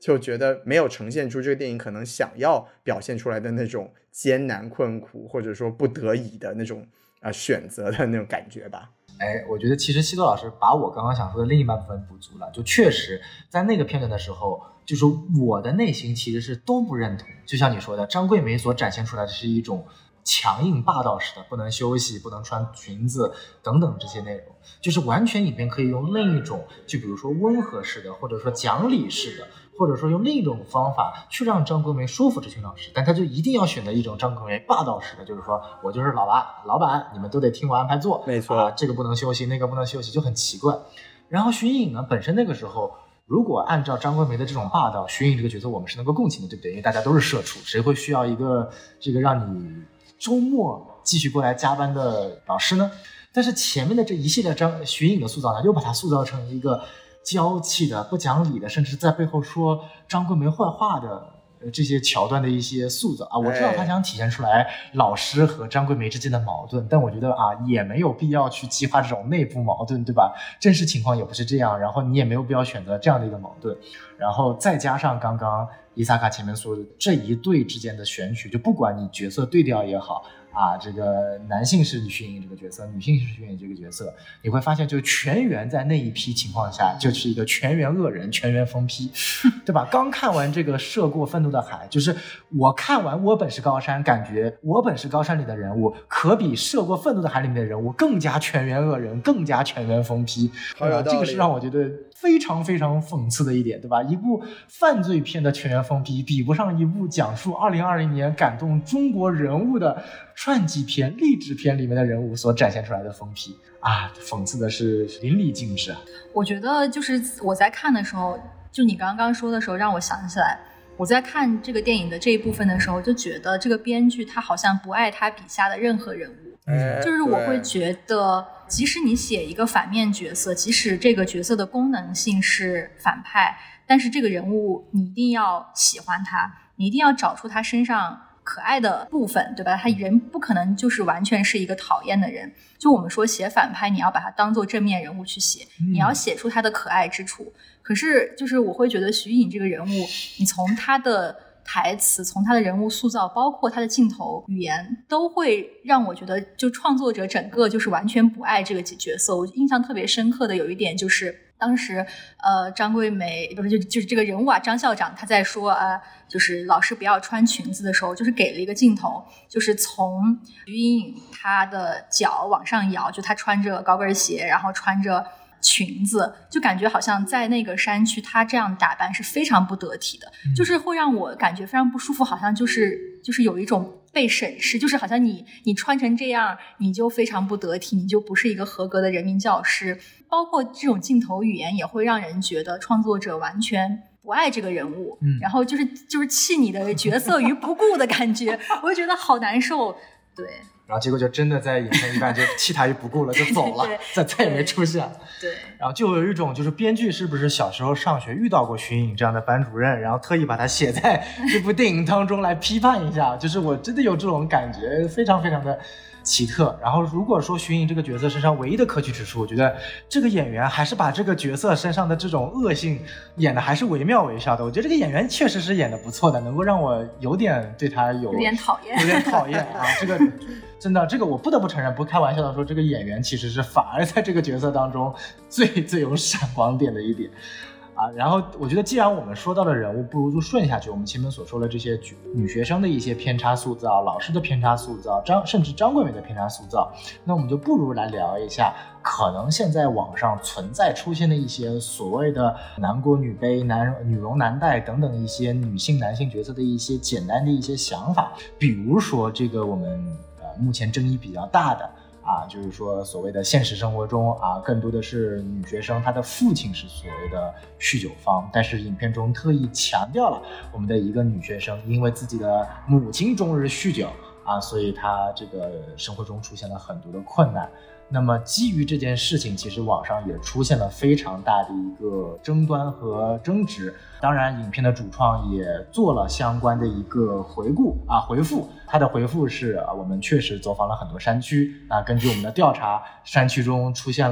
就觉得没有呈现出这个电影可能想要表现出来的那种艰难困苦，或者说不得已的那种、呃、选择的那种感觉吧。 哎，我觉得其实西多老师把我刚刚想说的另一半部分补足了，就确实在那个片段的时候，就是我的内心其实是都不认同，就像你说的，张桂梅所展现出来的是一种强硬霸道式的，不能休息，不能穿裙子等等这些内容，就是完全影片可以用另一种，就比如说温和式的，或者说讲理式的，或者说用另一种方法去让张桂梅说服这群老师，但他就一定要选择一种张桂梅霸道式的，就是说我就是老板，老板你们都得听我安排做， 没错、 啊，这个不能休息，那个不能休息，就很奇怪。然后徐颖呢，本身那个时候如果按照张桂梅的这种霸道，徐颖这个角色我们是能够共情的，对不对？因为大家都是社畜，谁会需要一个这个让你周末继续过来加班的老师呢？但是前面的这一系列张徐颖的塑造呢，又把他塑造成一个娇气的、不讲理的，甚至在背后说张桂梅坏话的这些桥段的一些塑造啊。我知道他想体现出来老师和张桂梅之间的矛盾，但我觉得啊，也没有必要去激化这种内部矛盾，对吧？真实情况也不是这样，然后你也没有必要选择这样的一个矛盾，然后再加上刚刚伊萨卡前面说的这一对之间的选取，就不管你角色对调也好啊，这个男性是徐颖这个角色，女性是徐颖这个角色，你会发现就全员在那一批情况下就是一个全员恶人，全员疯批，对吧？刚看完这个涉过愤怒的海，就是我看完我本是高山，感觉我本是高山里的人物可比涉过愤怒的海里面的人物更加全员恶人，更加全员疯批， 好有道理。 这个是让我觉得非常非常讽刺的一点，对吧？一部犯罪片的全员疯批比不上一部讲述二零二零年感动中国人物的传记片、励志片里面的人物所展现出来的疯批啊，讽刺的是淋漓尽致。 我觉得就是我在看的时候，就你刚刚说的时候，让我想起来，我在看这个电影的这一部分的时候，就觉得这个编剧他好像不爱他笔下的任何人物。 嗯， 就是我会觉得，即使你写一个反面角色，即使这个角色的功能性是反派，但是这个人物你一定要喜欢他，你一定要找出他身上可爱的部分，对吧？他人不可能就是完全是一个讨厌的人。就我们说写反派，你要把他当做正面人物去写，你要写出他的可爱之处。可是就是我会觉得徐颖这个人物，你从他的台词，从他的人物塑造，包括他的镜头语言，都会让我觉得就创作者整个就是完全不爱这个角色。我印象特别深刻的有一点就是当时呃张桂梅不是就就是这个人物啊，张校长他在说呃就是老师不要穿裙子的时候，就是给了一个镜头，就是从徐颖她的脚往上摇，就她穿着高跟鞋，然后穿着裙子，就感觉好像在那个山区她这样打扮是非常不得体的、嗯、就是会让我感觉非常不舒服，好像就是就是有一种被审视，就是好像你你穿成这样你就非常不得体，你就不是一个合格的人民教师。包括这种镜头语言也会让人觉得创作者完全不爱这个人物、嗯、然后就是就是弃你的角色于不顾的感觉我就觉得好难受。对， 然后结果就真的在演成一半就弃他于不顾了，就走了再再也没出现。 对， 然后就有一种就是编剧是不是小时候上学遇到过徐颖这样的班主任，然后特意把他写在这部电影当中来批判一下，就是我真的有这种感觉，非常非常的奇特。然后如果说徐颖这个角色身上唯一的可取之处，我觉得这个演员还是把这个角色身上的这种恶性演的还是惟妙惟肖的。我觉得这个演员确实是演的不错的，能够让我有点对他有有点讨厌有点讨厌啊。这个真的，这个我不得不承认，不开玩笑的说，这个演员其实是反而在这个角色当中最最有闪光点的一点啊。然后我觉得既然我们说到的人物，不如就顺下去，我们前面所说的这些女学生的一些偏差塑造，老师的偏差塑造，张甚至张桂梅的偏差塑造，那我们就不如来聊一下可能现在网上存在出现的一些所谓的男锅女卑、男女容男戴等等一些女性男性角色的一些简单的一些想法。比如说这个我们呃目前争议比较大的啊，就是说所谓的现实生活中啊，更多的是女学生她的父亲是所谓的酗酒方，但是影片中特意强调了我们的一个女学生因为自己的母亲终日酗酒啊，所以她这个生活中出现了很多的困难。那么基于这件事情，其实网上也出现了非常大的一个争端和争执。当然影片的主创也做了相关的一个回顾啊回复，他的回复是啊，我们确实走访了很多山区啊，根据我们的调查，山区中出现了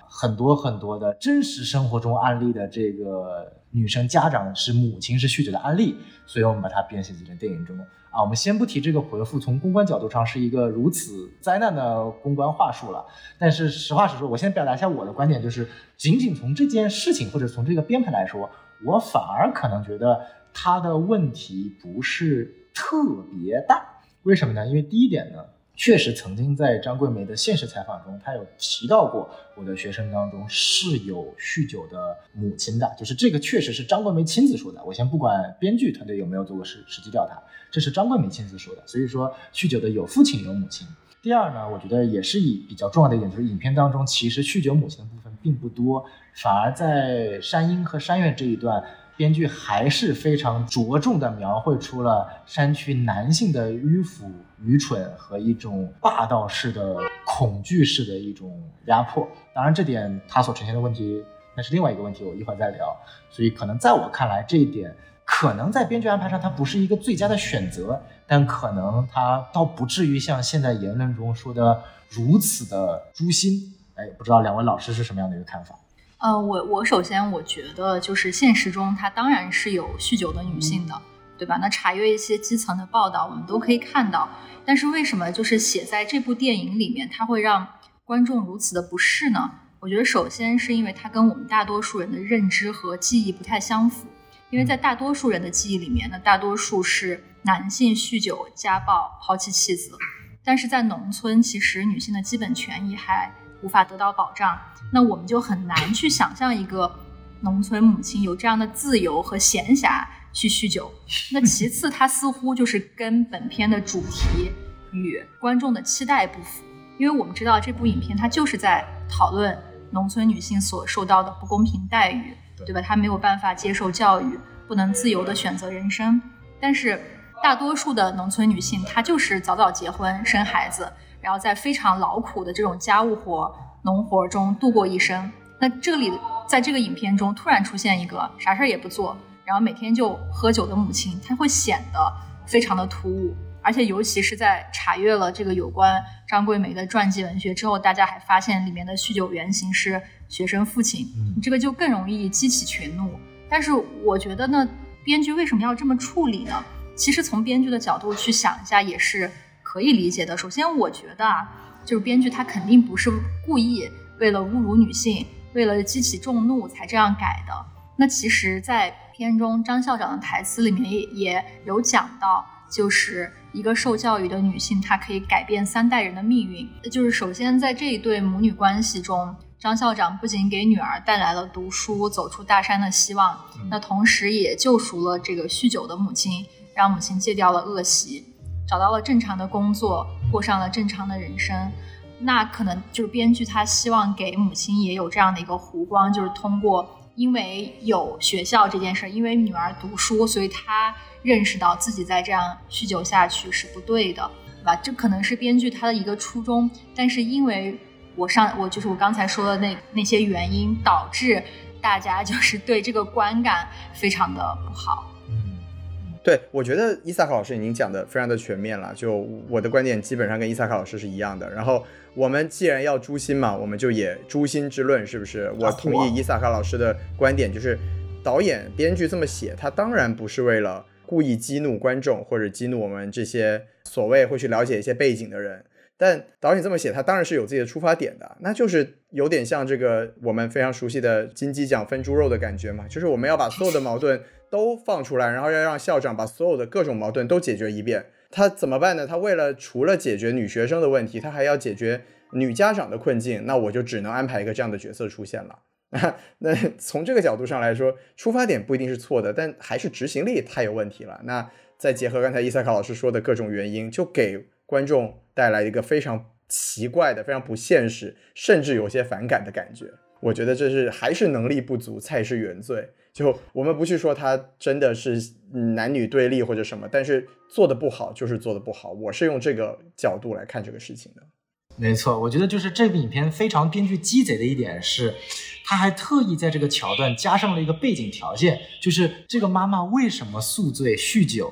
很多很多的真实生活中案例的这个女生家长是母亲是酗酒的案例，所以我们把它编写进电影中啊。我们先不提这个回复从公关角度上是一个如此灾难的公关话术了，但是实话实说，我先表达一下我的观点，就是仅仅从这件事情或者从这个编排来说，我反而可能觉得他的问题不是特别大。为什么呢？因为第一点呢，确实曾经在张桂梅的现实采访中，她有提到过我的学生当中是有酗酒的母亲的，就是这个确实是张桂梅亲自说的。我先不管编剧团队有没有做过实实际调查，这是张桂梅亲自说的。所以说酗酒的有父亲有母亲。第二呢，我觉得也是以比较重要的一点，就是影片当中其实酗酒母亲的部分并不多，反而在山鹰和山月这一段，编剧还是非常着重的描绘出了山区男性的迂腐、愚蠢和一种霸道式的恐惧式的一种压迫。当然这点他所呈现的问题那是另外一个问题，我一会儿再聊。所以可能在我看来，这一点可能在编剧安排上它不是一个最佳的选择，但可能它倒不至于像现在言论中说的如此的诛心。哎，不知道两位老师是什么样的一个看法？ 呃，我我首先我觉得就是现实中它当然是有酗酒的女性的，嗯、对吧？那查阅一些基层的报道，我们都可以看到。但是为什么就是写在这部电影里面，它会让观众如此的不适呢？我觉得首先是因为它跟我们大多数人的认知和记忆不太相符。因为在大多数人的记忆里面呢，大多数是男性酗酒、家暴、抛弃妻子。但是在农村，其实女性的基本权益还无法得到保障。那我们就很难去想象一个农村母亲有这样的自由和闲暇去酗酒。那其次，它似乎就是跟本片的主题与观众的期待不符，因为我们知道这部影片它就是在讨论农村女性所受到的不公平待遇，对吧？她没有办法接受教育，不能自由地选择人生。但是大多数的农村女性，她就是早早结婚生孩子，然后在非常劳苦的这种家务活农活中度过一生。那这里在这个影片中突然出现一个啥事儿也不做，然后每天就喝酒的母亲，她会显得非常的突兀。而且尤其是在查阅了这个有关张桂梅的传记文学之后，大家还发现里面的酗酒原型是学生父亲，这个就更容易激起群怒。但是我觉得呢，编剧为什么要这么处理呢？其实从编剧的角度去想一下也是可以理解的。首先我觉得啊，就是编剧他肯定不是故意为了侮辱女性，为了激起众怒才这样改的。那其实在片中张校长的台词里面 也, 也有讲到，就是一个受教育的女性她可以改变三代人的命运。就是首先在这一对母女关系中，张校长不仅给女儿带来了读书走出大山的希望，那同时也救赎了这个酗酒的母亲，让母亲戒掉了恶习，找到了正常的工作，过上了正常的人生。那可能就是编剧他希望给母亲也有这样的一个弧光，就是通过因为有学校这件事，因为女儿读书，所以他认识到自己再这样酗酒下去是不对的，对吧？这可能是编剧他的一个初衷。但是因为我上我就是我刚才说的那那些原因，导致大家就是对这个观感非常的不好。 对，我觉得伊萨克老师已经讲的非常的全面了，就我的观点基本上跟伊萨克老师是一样的。然后我们既然要诛心嘛，我们就也诛心之论，是不是？我同意伊萨克老师的观点，就是导演编剧这么写，他当然不是为了故意激怒观众或者激怒我们这些所谓会去了解一些背景的人，但导演这么写他当然是有自己的出发点的，那就是有点像这个我们非常熟悉的金鸡奖分猪肉的感觉嘛，就是我们要把所有的矛盾都放出来，然后要让校长把所有的各种矛盾都解决一遍。他怎么办呢？他为了除了解决女学生的问题，他还要解决女家长的困境，那我就只能安排一个这样的角色出现了。那从这个角度上来说，出发点不一定是错的，但还是执行力太有问题了。那再结合刚才伊萨克老师说的各种原因，就给观众带来一个非常奇怪的、非常不现实，甚至有些反感的感觉。我觉得这是还是能力不足，才是原罪。就我们不去说他真的是男女对立或者什么，但是做的不好就是做的不好，我是用这个角度来看这个事情的。 没错，我觉得就是这部影片非常编剧鸡贼的一点是，他还特意在这个桥段加上了一个背景条件，就是这个妈妈为什么宿醉酗酒，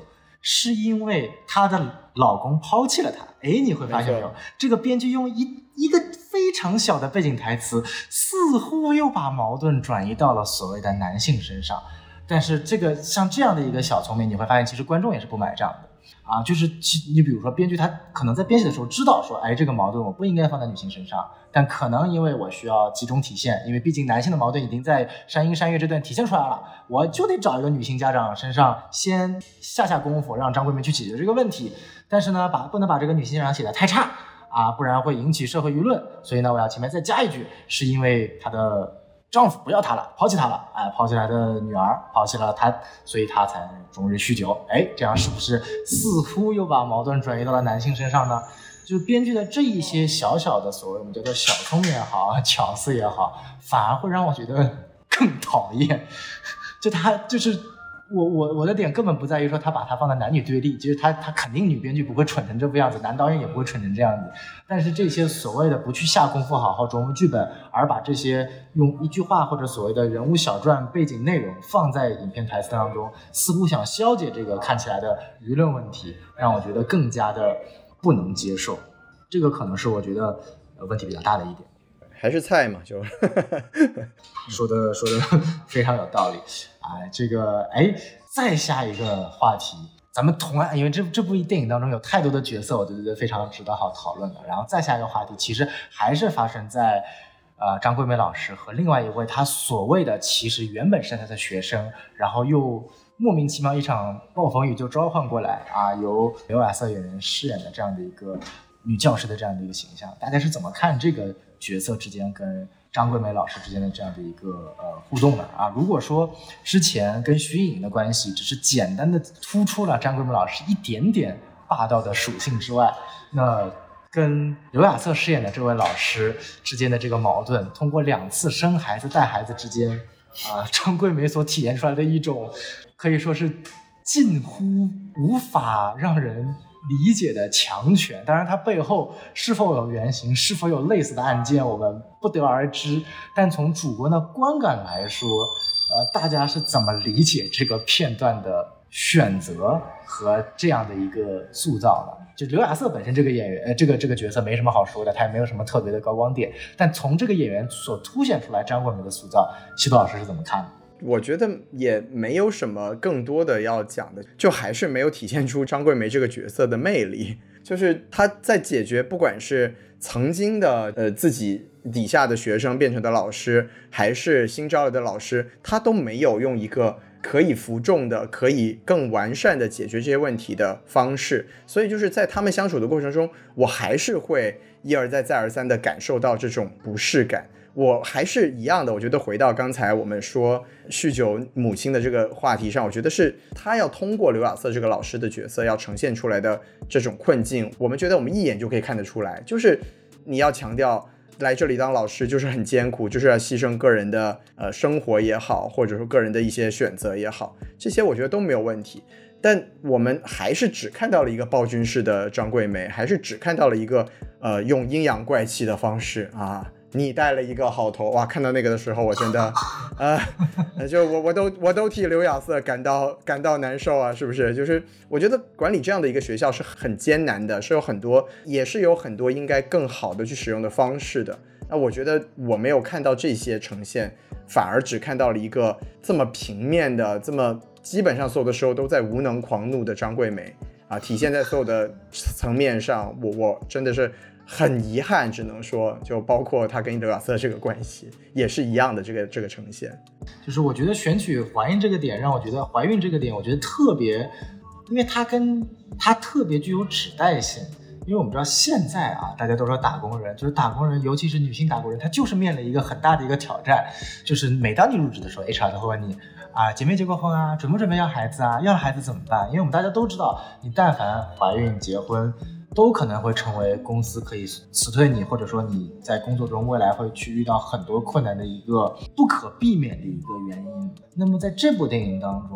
是因为她的老公抛弃了她。哎，你会发现没有，这个编剧用一一个非常小的背景台词，似乎又把矛盾转移到了所谓的男性身上。但是这个像这样的一个小聪明，你会发现其实观众也是不买账的啊。就是你比如说编剧他可能在编写的时候知道说，哎，这个矛盾我不应该放在女性身上，但可能因为我需要集中体现，因为毕竟男性的矛盾已经在山鹰山月这段体现出来了，我就得找一个女性家长身上先下下功夫，让张桂梅去解决这个问题。但是呢，把不能把这个女性家长写得太差啊，不然会引起社会舆论。所以呢，我要前面再加一句，是因为她的丈夫不要她了，抛弃她了，哎，抛弃她的女儿，抛弃了她，所以她才终日酗酒。哎，这样是不是似乎又把矛盾转移到了男性身上呢？就是编剧的这一些小小的所谓我们叫做小聪明也好，巧思也好，反而会让我觉得更讨厌。就他就是我我我的点根本不在于说他把它放在男女对立，其实他他肯定女编剧不会蠢成这副样子，男导演也不会蠢成这样子。但是这些所谓的不去下功夫好好琢磨剧本，而把这些用一句话或者所谓的人物小传背景内容放在影片台词当中，似乎想消解这个看起来的舆论问题，让我觉得更加的不能接受。这个可能是我觉得问题比较大的一点。 还是菜嘛，就说的说的非常有道理啊。这个哎，再下一个话题，咱们同样因为这这部电影当中有太多的角色，我觉得非常值得好讨论的。然后再下一个话题，其实还是发生在呃张桂梅老师和另外一位他所谓的其实原本是他的学生，然后又莫名其妙一场暴风雨就召唤过来啊，由刘亚瑟演员饰演的这样的一个女教师的这样的一个形象，大家是怎么看这个角色之间跟张桂梅老师之间的这样的一个呃互动的啊？如果说之前跟徐颖的关系只是简单的突出了张桂梅老师一点点霸道的属性之外，那跟刘亚瑟饰演的这位老师之间的这个矛盾，通过两次生孩子带孩子之间啊，张桂梅所体现出来的一种可以说是近乎无法让人理解的强权，当然它背后是否有原型，是否有类似的案件，我们不得而知。但从主观的观感来说，呃，大家是怎么理解这个片段的选择和这样的一个塑造的？就刘亚瑟本身这个演员，呃，这个这个角色没什么好说的，他也没有什么特别的高光点。但从这个演员所凸显出来张桂梅的塑造，西多老师是怎么看的？ 我觉得也没有什么更多的要讲的，就还是没有体现出张桂梅这个角色的魅力。就是她在解决不管是曾经的呃自己底下的学生变成的老师，还是新招来的老师，她都没有用一个可以服众的、可以更完善的解决这些问题的方式。所以就是在他们相处的过程中，我还是会一而再再而三的感受到这种不适感。我还是一样的，我觉得回到刚才我们说酗酒母亲的这个话题上，我觉得是他要通过刘亚瑟这个老师的角色要呈现出来的这种困境，我们觉得我们一眼就可以看得出来，就是你要强调来这里当老师就是很艰苦，就是要牺牲个人的呃生活也好，或者说个人的一些选择也好，这些我觉得都没有问题。但我们还是只看到了一个暴君式的张桂梅，还是只看到了一个呃用阴阳怪气的方式啊，你带了一个好头哇！看到那个的时候，我真的，呃，就我我都我都替刘亚瑟感到感到难受啊，是不是？就是我觉得管理这样的一个学校是很艰难的，是有很多也是有很多应该更好的去使用的方式的。那我觉得我没有看到这些呈现，反而只看到了一个这么平面的，这么基本上所有的时候都在无能狂怒的张桂梅啊，体现在所有的层面上，我我真的是。很遗憾，只能说，就包括他跟刘亚瑟这个关系也是一样的，这个这个呈现， 就是我觉得选取怀孕这个点，让我觉得怀孕这个点，我觉得特别，因为它跟它特别具有指代性。因为我们知道现在啊，大家都说打工人，就是打工人，尤其是女性打工人，她就是面临一个很大的一个挑战，就是每当你入职的时候 ，H R 都会问你啊，姐妹结过婚啊，准不准备要孩子啊，要了孩子怎么办？因为我们大家都知道，你但凡怀孕结婚。都可能会成为公司可以辞退你，或者说你在工作中未来会去遇到很多困难的一个不可避免的一个原因。那么在这部电影当中，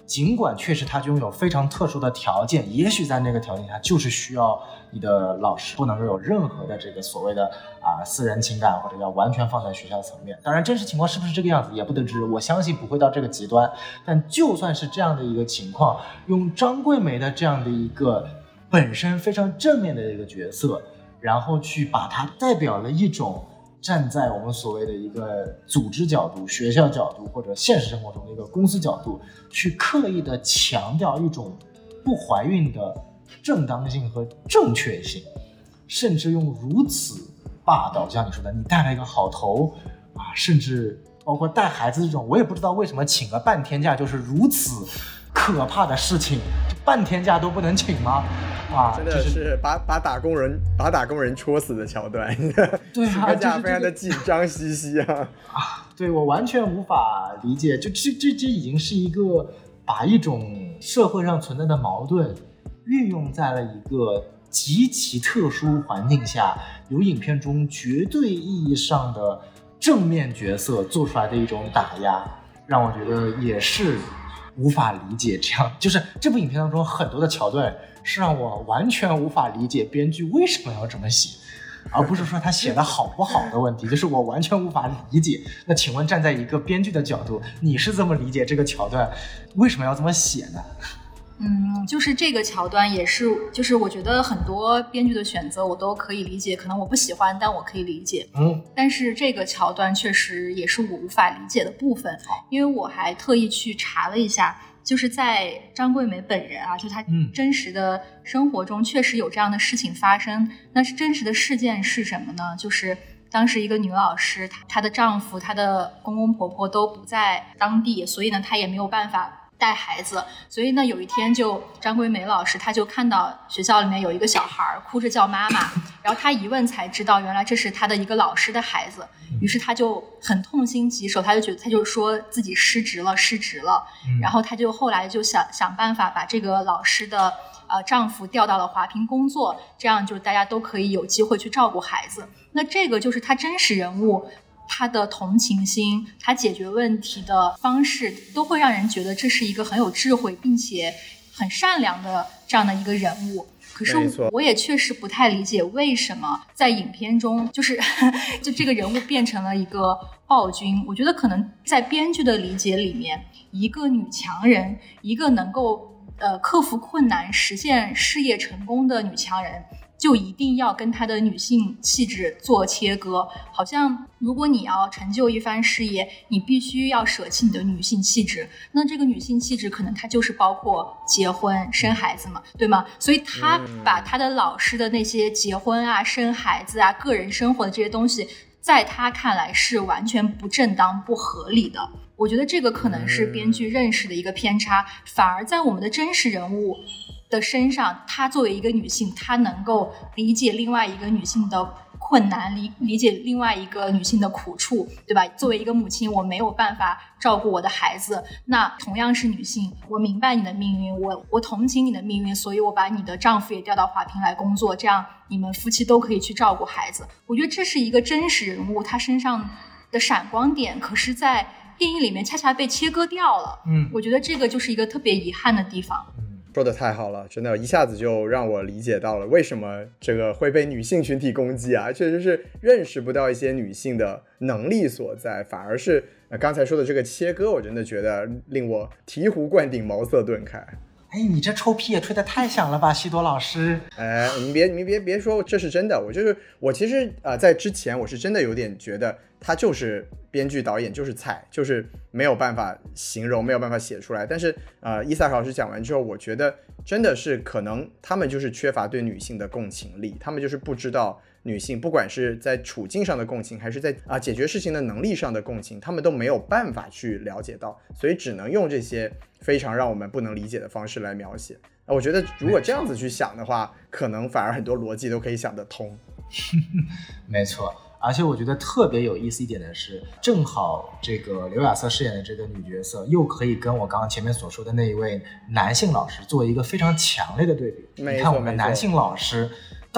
尽管确实他拥有非常特殊的条件，也许在那个条件下就是需要你的老师不能够有任何的这个所谓的啊私人情感，或者要完全放在学校层面。当然真实情况是不是这个样子也不得知，我相信不会到这个极端。但就算是这样的一个情况，用张桂梅的这样的一个本身非常正面的一个角色，然后去把它代表了一种站在我们所谓的一个组织角度、学校角度或者现实生活中的一个公司角度，去刻意的强调一种不怀孕的正当性和正确性，甚至用如此霸道，就像你说的，你带了一个好头啊，甚至包括带孩子这种，我也不知道为什么请个半天假就是如此可怕的事情，半天假都不能请吗？啊， 真的是把把打工人把打工人戳死的桥段， 对啊， 请个假非常的紧张兮兮啊！ 啊，对，我完全无法理解，就这这这已经是一个把一种社会上存在的矛盾运用在了一个极其特殊环境下，由影片中绝对意义上的正面角色做出来的一种打压，让我觉得也是无法理解。这样就是这部影片当中很多的桥段是让我完全无法理解编剧为什么要这么写，而不是说他写的好不好的问题，就是我完全无法理解。那请问站在一个编剧的角度，你是这么理解这个桥段为什么要这么写呢？ 嗯，就是这个桥段也是，就是我觉得很多编剧的选择我都可以理解，可能我不喜欢，但我可以理解。 嗯， 但是这个桥段确实也是我无法理解的部分，因为我还特意去查了一下，就是在张桂梅本人啊，就她真实的生活中确实有这样的事情发生。嗯、那是真实的事件是什么呢？就是当时一个女老师，她她的丈夫、她的公公婆婆都不在当地，所以呢，她也没有办法带孩子，所以呢，有一天就张桂梅老师她就看到学校里面有一个小孩哭着叫妈妈，然后她一问才知道原来这是她的一个老师的孩子，于是她就很痛心疾首，她就觉得她就说自己失职了失职了，然后她就后来就想想办法把这个老师的呃丈夫调到了华坪工作，这样就大家都可以有机会去照顾孩子。那这个就是她真实人物他的同情心，他解决问题的方式都会让人觉得这是一个很有智慧并且很善良的这样的一个人物。可是我也确实不太理解为什么在影片中就是就这个人物变成了一个暴君。我觉得可能在编剧的理解里面，一个女强人，一个能够呃克服困难实现事业成功的女强人，就一定要跟她的女性气质做切割，好像如果你要成就一番事业，你必须要舍弃你的女性气质。那这个女性气质可能它就是包括结婚生孩子嘛，对吗？所以她把她的老师的那些结婚啊生孩子啊个人生活的这些东西，在她看来是完全不正当不合理的。我觉得这个可能是编剧认识的一个偏差，反而在我们的真实人物的身上，她作为一个女性，她能够理解另外一个女性的困难，理理解另外一个女性的苦处，对吧？作为一个母亲，我没有办法照顾我的孩子，那同样是女性，我明白你的命运，我我同情你的命运，所以我把你的丈夫也调到华坪来工作，这样你们夫妻都可以去照顾孩子。我觉得这是一个真实人物她身上的闪光点，可是在电影里面恰恰被切割掉了。嗯，我觉得这个就是一个特别遗憾的地方。 说的太好了，真的一下子就让我理解到了为什么这个会被女性群体攻击啊，确实是认识不到一些女性的能力所在，反而是、呃、刚才说的这个切割，我真的觉得令我醍醐灌顶，茅塞顿开。 哎，你这臭屁也吹得太响了吧，西多老师！ 哎，你别你别别说，这是真的。我就是我，其实啊、呃，在之前我是真的有点觉得他就是编剧导演就是菜，就是没有办法形容，没有办法写出来。但是呃，伊萨克老师讲完之后，我觉得真的是可能他们就是缺乏对女性的共情力，他们就是不知道女性不管是在处境上的共情，还是在啊、呃、解决事情的能力上的共情，他们都没有办法去了解到，所以只能用这些非常让我们不能理解的方式来描写。那我觉得如果这样子去想的话，可能反而很多逻辑都可以想得通。 没错，而且我觉得特别有意思一点的是，正好这个刘亚瑟饰演的这个女角色又可以跟我刚刚前面所说的那一位男性老师做一个非常强烈的对比。你看我们男性老师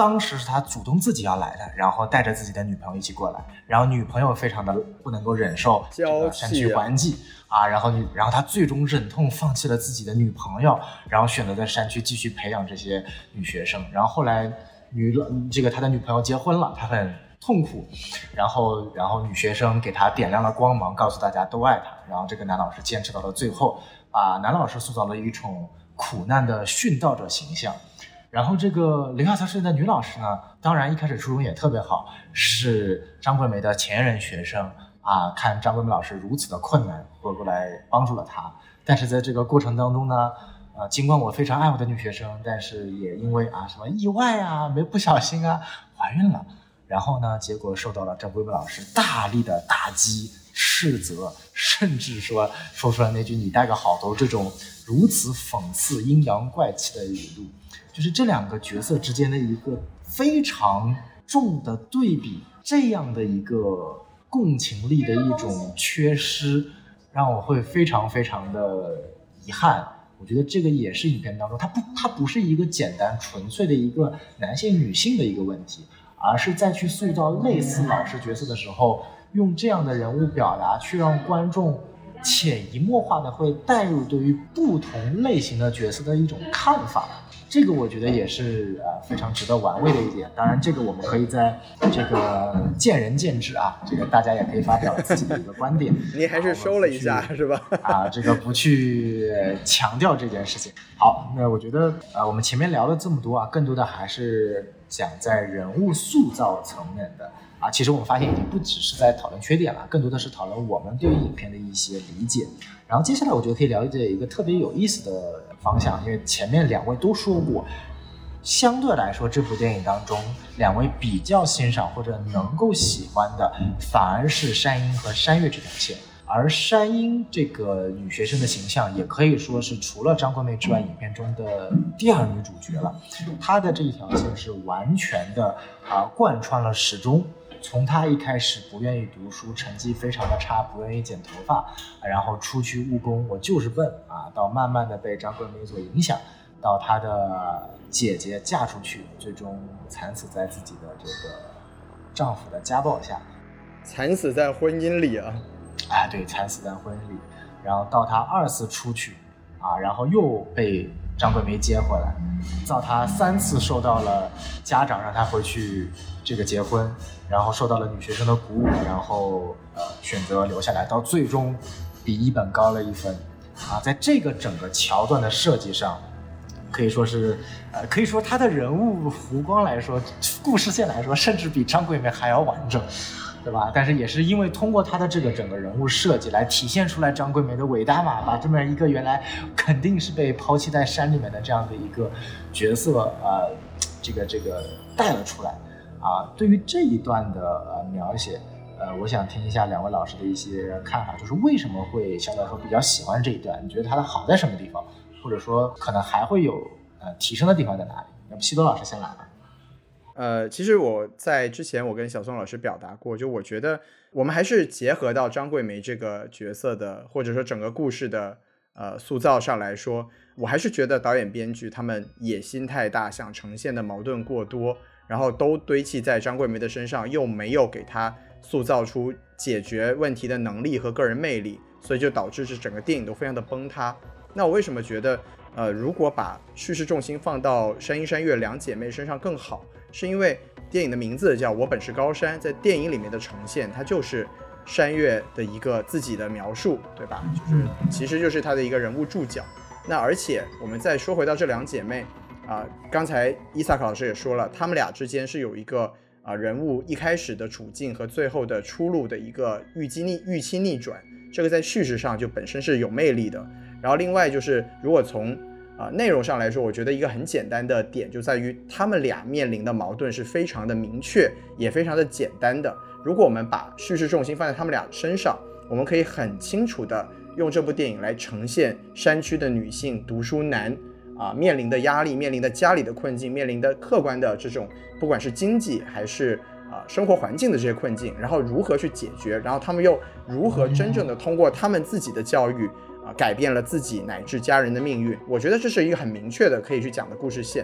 当时是他主动自己要来的，然后带着自己的女朋友一起过来，然后女朋友非常的不能够忍受这个山区环境啊，然后女，然后他最终忍痛放弃了自己的女朋友，然后选择在山区继续培养这些女学生。然后后来女这个他的女朋友结婚了，他很痛苦，然后然后女学生给他点亮了光芒，告诉大家都爱他。然后这个男老师坚持到了最后，把男老师塑造了一种苦难的殉道者形象。然后这个留下测试的女老师呢，当然一开始初衷也特别好，是张桂梅的前任学生啊，看张桂梅老师如此的困难，回过来帮助了她。但是在这个过程当中呢，呃，尽管我非常爱我的女学生，但是也因为啊什么意外啊，没不小心啊怀孕了，然后呢，结果受到了张桂梅老师大力的打击、斥责，甚至说说出了那句"你带个好头"这种如此讽刺、阴阳怪气的语录。就是这两个角色之间的一个非常重的对比，这样的一个共情力的一种缺失，让我会非常非常的遗憾。我觉得这个也是影片当中，它不它不是一个简单纯粹的一个男性女性的一个问题，而是在去塑造类似老师角色的时候，用这样的人物表达去让观众潜移默化的会带入对于不同类型的角色的一种看法。这个我觉得也是呃非常值得玩味的一点。当然这个我们可以在这个见仁见智啊，这个大家也可以发表自己的一个观点。 你还是收了一下是吧？ 啊，这个不去强调这件事情。好，那我觉得呃我们前面聊了这么多啊，更多的还是讲在人物塑造层面的啊。其实我们发现已经不只是在讨论缺点了，更多的是讨论我们对于影片的一些理解。然后接下来我觉得可以了解一个特别有意思的方向，因为前面两位都说过，相对来说这部电影当中两位比较欣赏或者能够喜欢的反而是山鹰和山月这条线，而山鹰这个女学生的形象也可以说是除了张桂梅之外影片中的第二女主角了。她的这一条线是完全的啊、呃、贯穿了始终，从他一开始不愿意读书，成绩非常的差，不愿意剪头发，然后出去务工，我就是笨啊，到慢慢的被张桂梅所影响，到他的姐姐嫁出去，最终惨死在自己的这个丈夫的家暴下， 惨死在婚姻里啊！ 啊，对，惨死在婚姻里，然后到他二次出去啊，然后又被张桂梅接回来，到他三次受到了家长让他回去这个结婚，然后受到了女学生的鼓舞，然后呃选择留下来，到最终比一本高了一分啊。在这个整个桥段的设计上，可以说是呃可以说他的人物弧光来说，故事线来说，甚至比张桂梅还要完整，对吧？但是也是因为通过他的这个整个人物设计来体现出来张桂梅的伟大嘛，把这么一个原来肯定是被抛弃在山里面的这样的一个角色呃这个这个带了出来啊。对于这一段的呃描写呃我想听一下两位老师的一些看法，就是为什么会相对来说比较喜欢这一段，你觉得它的好在什么地方，或者说可能还会有呃提升的地方在哪里？要不西多老师先来吧。 呃，其实我在之前我跟小宋老师表达过，就我觉得我们还是结合到张桂梅这个角色的，或者说整个故事的呃塑造上来说，我还是觉得导演编剧他们野心太大，想呈现的矛盾过多，然后都堆砌在张桂梅的身上，又没有给她塑造出解决问题的能力和个人魅力，所以就导致这整个电影都非常的崩塌。那我为什么觉得呃，如果把叙事重心放到山鹰山月两姐妹身上更好，是因为电影的名字叫我本是高山，在电影里面的呈现它就是山月的一个自己的描述，对吧？就是其实就是她的一个人物注脚。那而且我们再说回到这两姐妹啊、呃，刚才伊萨克老师也说了，她们俩之间是有一个啊、呃、人物一开始的处境和最后的出路的一个预期逆预期逆转，这个在叙事上就本身是有魅力的。然后另外就是如果从啊、呃，内容上来说，我觉得一个很简单的点就在于他们俩面临的矛盾是非常的明确，也非常的简单的。如果我们把叙事重心放在他们俩身上，我们可以很清楚的用这部电影来呈现山区的女性读书难啊、呃、面临的压力，面临的家里的困境，面临的客观的这种不管是经济还是啊、呃、生活环境的这些困境，然后如何去解决，然后他们又如何真正的通过他们自己的教育啊、呃、改变了自己乃至家人的命运。我觉得这是一个很明确的可以去讲的故事线。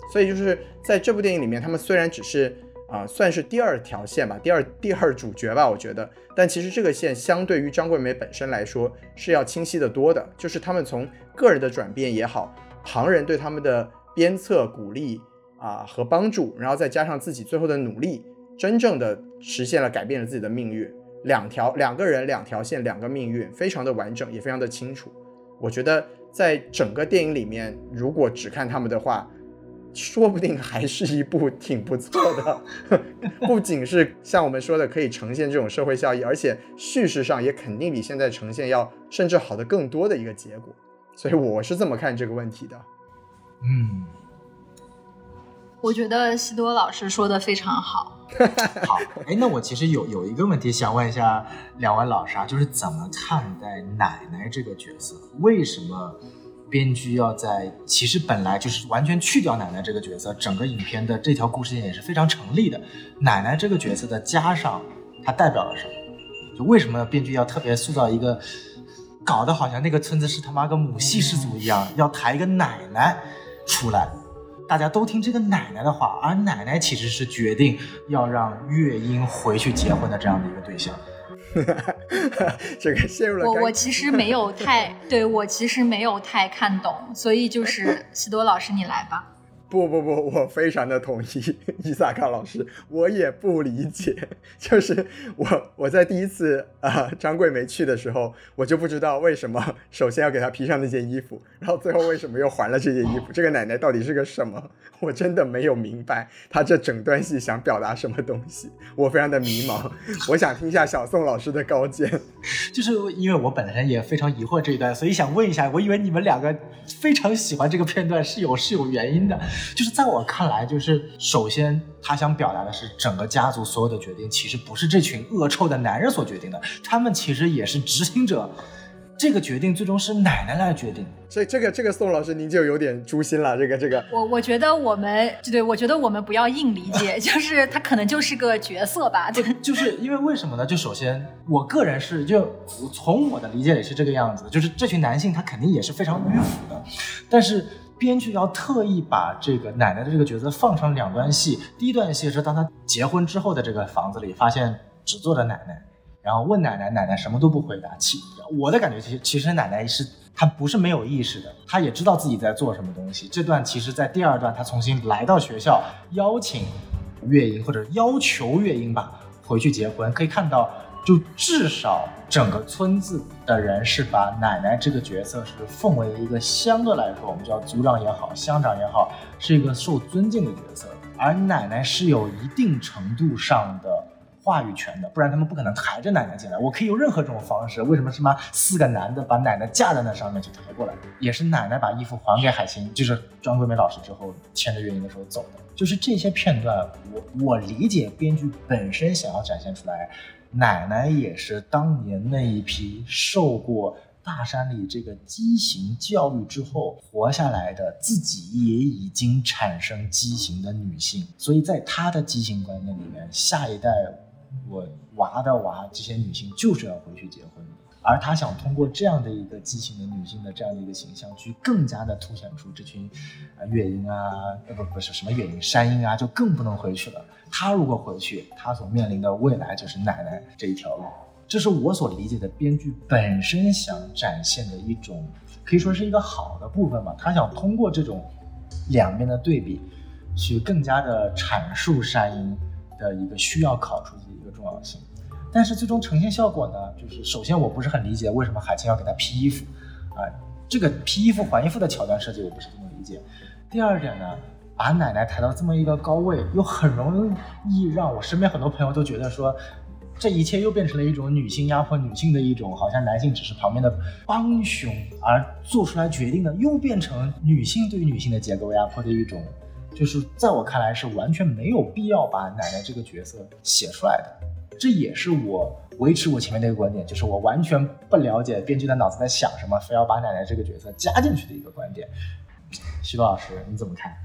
所以就是在这部电影里面，他们虽然只是啊、呃、算是第二条线吧，第二第二主角吧，我觉得，但其实这个线相对于张桂梅本身来说是要清晰的多的，就是他们从个人的转变也好，旁人对他们的鞭策、鼓励啊、呃、和帮助，然后再加上自己最后的努力，真正的实现了改变了自己的命运。两条两个人两条线两个命运，非常的完整，也非常的清楚。我觉得在整个电影里面，如果只看他们的话，说不定还是一部挺不错的不仅是像我们说的可以呈现这种社会效益，而且叙事上也肯定比现在呈现要甚至好的更多的一个结果。所以我是这么看这个问题的。 嗯， 我觉得西多老师说的非常好。 好，哎，那我其实有有一个问题想问一下两位老师啊，就是怎么看待奶奶这个角色？为什么编剧要在其实本来就是完全去掉奶奶这个角色，整个影片的这条故事线也是非常成立的。奶奶这个角色的加上，它代表了什么？就为什么编剧要特别塑造一个，搞得好像那个村子是他妈个母系氏族一样，要抬一个奶奶出来？大家都听这个奶奶的话，而奶奶其实是决定要让月英回去结婚的这样的一个对象。 这个陷入了我我其实没有太对我其实没有太看懂，所以就是西多老师你来吧。 不不不，我非常的同意伊萨卡老师，我也不理解，就是我我在第一次啊、呃、张桂梅去的时候，我就不知道为什么首先要给她披上那件衣服，然后最后为什么又还了这件衣服，这个奶奶到底是个什么？我真的没有明白她这整段戏想表达什么东西，我非常的迷茫。我想听一下小宋老师的高见。 就是因为我本身也非常疑惑这一段，所以想问一下，我以为你们两个非常喜欢这个片段是有是有原因的。就是在我看来，就是首先他想表达的是整个家族所有的决定其实不是这群恶臭的男人所决定的，他们其实也是执行者，这个决定最终是奶奶来决定。 所以这个这个宋老师您就有点诛心了，这个这个我我觉得我们对我觉得我们不要硬理解，就是他可能就是个角色吧。 就就是因为为什么呢？就首先我个人是就从我的理解也是这个样子，就是这群男性他肯定也是非常迂腐的，但是编剧要特意把这个奶奶的这个角色放成两段戏。第一段戏是当他结婚之后的这个房子里发现只坐着奶奶，然后问奶奶，奶奶什么都不回答。其我的感觉其实其实奶奶是她不是没有意识的，她也知道自己在做什么东西。这段其实在第二段她重新来到学校，邀请月英或者要求月英吧回去结婚，可以看到就至少整个村子的人是把奶奶这个角色是奉为一个相对来说我们叫族长也好乡长也好是一个受尊敬的角色，而奶奶是有一定程度上的话语权的，不然他们不可能抬着奶奶进来。我可以用任何这种方式，为什么是妈四个男的把奶奶架在那上面去抬过来？也是奶奶把衣服还给海清，就是张桂梅老师之后牵着月英的时候走的。就是这些片段，我我理解编剧本身想要展现出来，奶奶也是当年那一批受过大山里这个畸形教育之后活下来的，自己也已经产生畸形的女性，所以在她的畸形观念里面，下一代我娃的娃这些女性就是要回去结婚的，而她想通过这样的一个畸形的女性的这样的一个形象，去更加的凸显出这群啊月英啊，呃不不是什么月英山英啊，就更不能回去了。她如果回去，她所面临的未来就是奶奶这一条路。这是我所理解的编剧本身想展现的一种，可以说是一个好的部分吧。他想通过这种两面的对比，去更加的阐述山阴的一个需要考出的一个重要性。但是最终呈现效果呢，就是首先我不是很理解为什么海清要给他披衣服啊、呃，这个披衣服还衣服的桥段设计我不是这么理解。第二点呢，把奶奶抬到这么一个高位，又很容易让我身边很多朋友都觉得说，这一切又变成了一种女性压迫女性的一种，好像男性只是旁边的帮凶，而做出来决定的又变成女性对于女性的结构压迫的一种，就是在我看来是完全没有必要把奶奶这个角色写出来的。这也是我维持我前面那个观点，就是我完全不了解编剧的脑子在想什么，非要把奶奶这个角色加进去的一个观点。徐多老师你怎么看？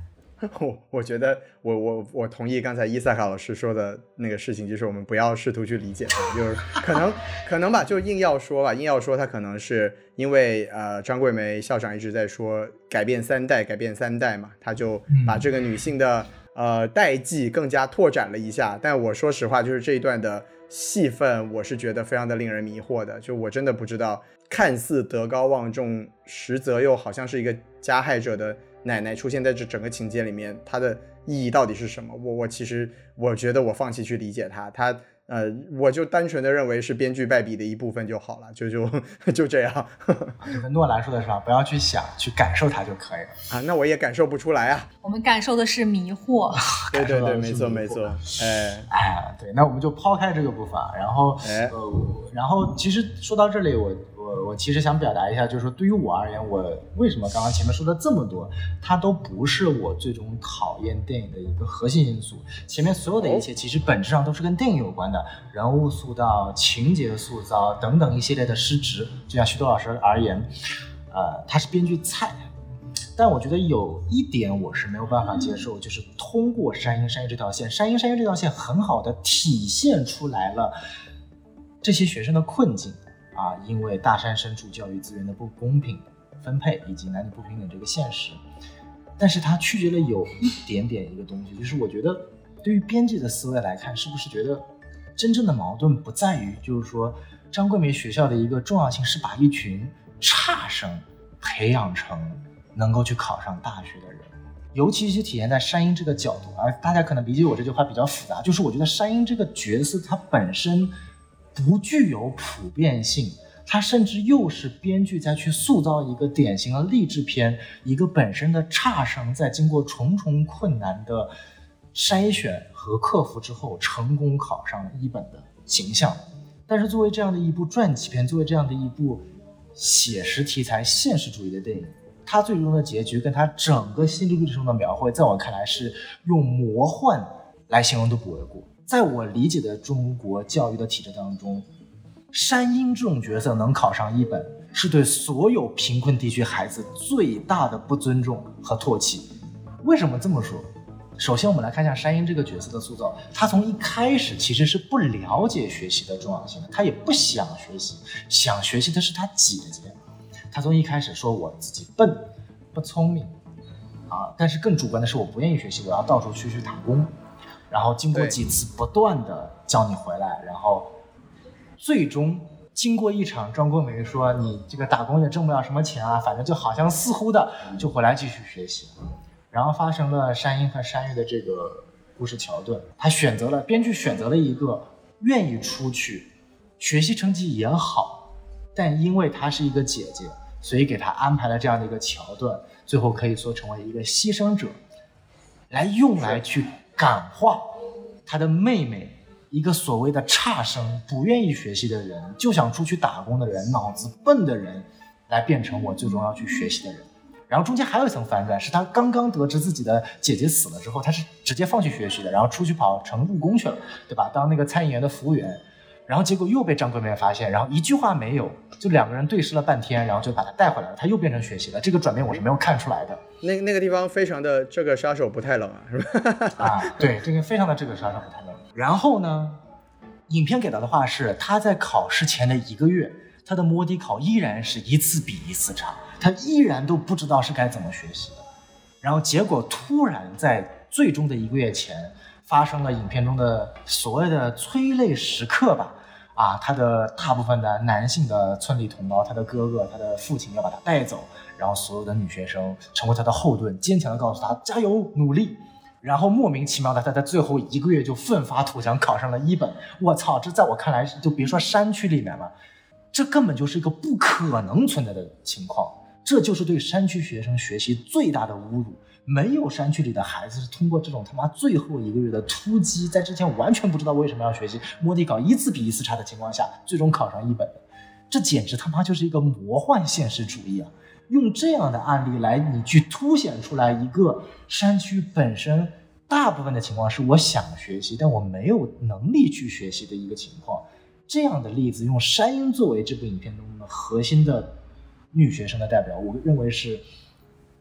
我我觉得我我我同意刚才伊萨卡老师说的那个事情，就是我们不要试图去理解它，就是可能可能吧，就硬要说吧，硬要说它可能是因为呃张桂梅校长一直在说改变三代，改变三代嘛，他就把这个女性的呃代际更加拓展了一下。但我说实话，就是这一段的戏份，我是觉得非常的令人迷惑的，就我真的不知道，看似德高望重，实则又好像是一个加害者的奶奶出现在这整个情节里面，它的意义到底是什么？我我其实我觉得我放弃去理解它，它呃，我就单纯的认为是编剧败笔的一部分就好了，就就就这样。 就跟诺兰说的是吧，不要去想，去感受它就可以了啊。那我也感受不出来啊。 我们感受的是迷惑。 对对对，没错没错。哎哎，对，那我们就抛开这个部分，然后、哎、呃，然后其实说到这里，我我我其实想表达一下，就是说对于我而言，我为什么刚刚前面说的这么多，它都不是我最终讨厌电影的一个核心因素。前面所有的一切其实本质上都是跟电影有关的，人物塑造、情节塑造等等一系列的失职。就像徐多老师而言，呃，他是编剧菜。但我觉得有一点我是没有办法接受，就是通过山鹰山鹰这条线，山鹰山鹰这条线很好的体现出来了这些学生的困境啊，因为大山深处教育资源的不公平分配以及男女不平等这个现实。但是它曲解了有一点点一个东西，就是我觉得对于编辑的思维来看，是不是觉得真正的矛盾不在于就是说张桂梅学校的一个重要性是把一群差生培养成能够去考上大学的人，尤其是体现在山鹰这个角度。而大家可能理解我这句话比较复杂，就是我觉得山鹰这个角色它本身不具有普遍性，它甚至又是编剧在去塑造一个典型的励志片，一个本身的差生在经过重重困难的筛选和克服之后成功考上一本的形象。但是作为这样的一部传记片，作为这样的一部写实题材现实主义的电影，它最终的结局跟它整个心路历程的描绘，在我看来是用魔幻来形容都不为过。在我理解的中国教育的体制当中，山鹰这种角色能考上一本，是对所有贫困地区孩子最大的不尊重和唾弃。为什么这么说？首先我们来看一下山鹰这个角色的塑造，他从一开始其实是不了解学习的重要性的，他也不想学习，想学习的是他姐姐。他从一开始说我自己笨不聪明啊，但是更主观的是我不愿意学习，我要到处去去打工。然后经过几次不断的叫你回来，然后最终经过一场张桂梅说你这个打工也挣不了什么钱啊，反正就好像似乎的就回来继续学习。然后发生了山鹰和山玉的这个故事桥段，他选择了编剧选择了一个愿意出去学习成绩也好，但因为她是一个姐姐，所以给她安排了这样的一个桥段，最后可以说成为一个牺牲者，来用来去感化她的妹妹，一个所谓的差生，不愿意学习的人，就想出去打工的人，脑子笨的人，来变成我最终要去学习的人。然后中间还有一层反转，是他刚刚得知自己的姐姐死了之后，他是直接放弃学习的，然后出去跑成务工去了，对吧？当那个餐饮员的服务员，然后结果又被张桂梅发现，然后一句话没有，就两个人对视了半天，然后就把他带回来了，他又变成学习了。这个转变我是没有看出来的。 那那个地方非常的这个杀手不太冷啊，是吧？ 啊，对，这个非常的这个杀手不太冷。然后呢，影片给到的话是他在考试前的一个月，他的摸底考依然是一次比一次差，他依然都不知道是该怎么学习的。然后结果突然在最终的一个月前发生了影片中的所谓的催泪时刻吧。啊，他的大部分的男性的村里同胞，他的哥哥他的父亲要把他带走，然后所有的女学生成为他的后盾，坚强的告诉他加油努力。然后莫名其妙的他在最后一个月就奋发图强考上了一本。我操，这在我看来就别说山区里面了，这根本就是一个不可能存在的情况，这就是对山区学生学习最大的侮辱。没有山区里的孩子是通过这种他妈最后一个月的突击，在之前完全不知道为什么要学习，摸底考一次比一次差的情况下最终考上一本的，这简直他妈就是一个魔幻现实主义啊！用这样的案例来你去凸显出来一个山区本身大部分的情况是我想学习但我没有能力去学习的一个情况，这样的例子用山鹰作为这部影片中的核心的女学生的代表，我认为是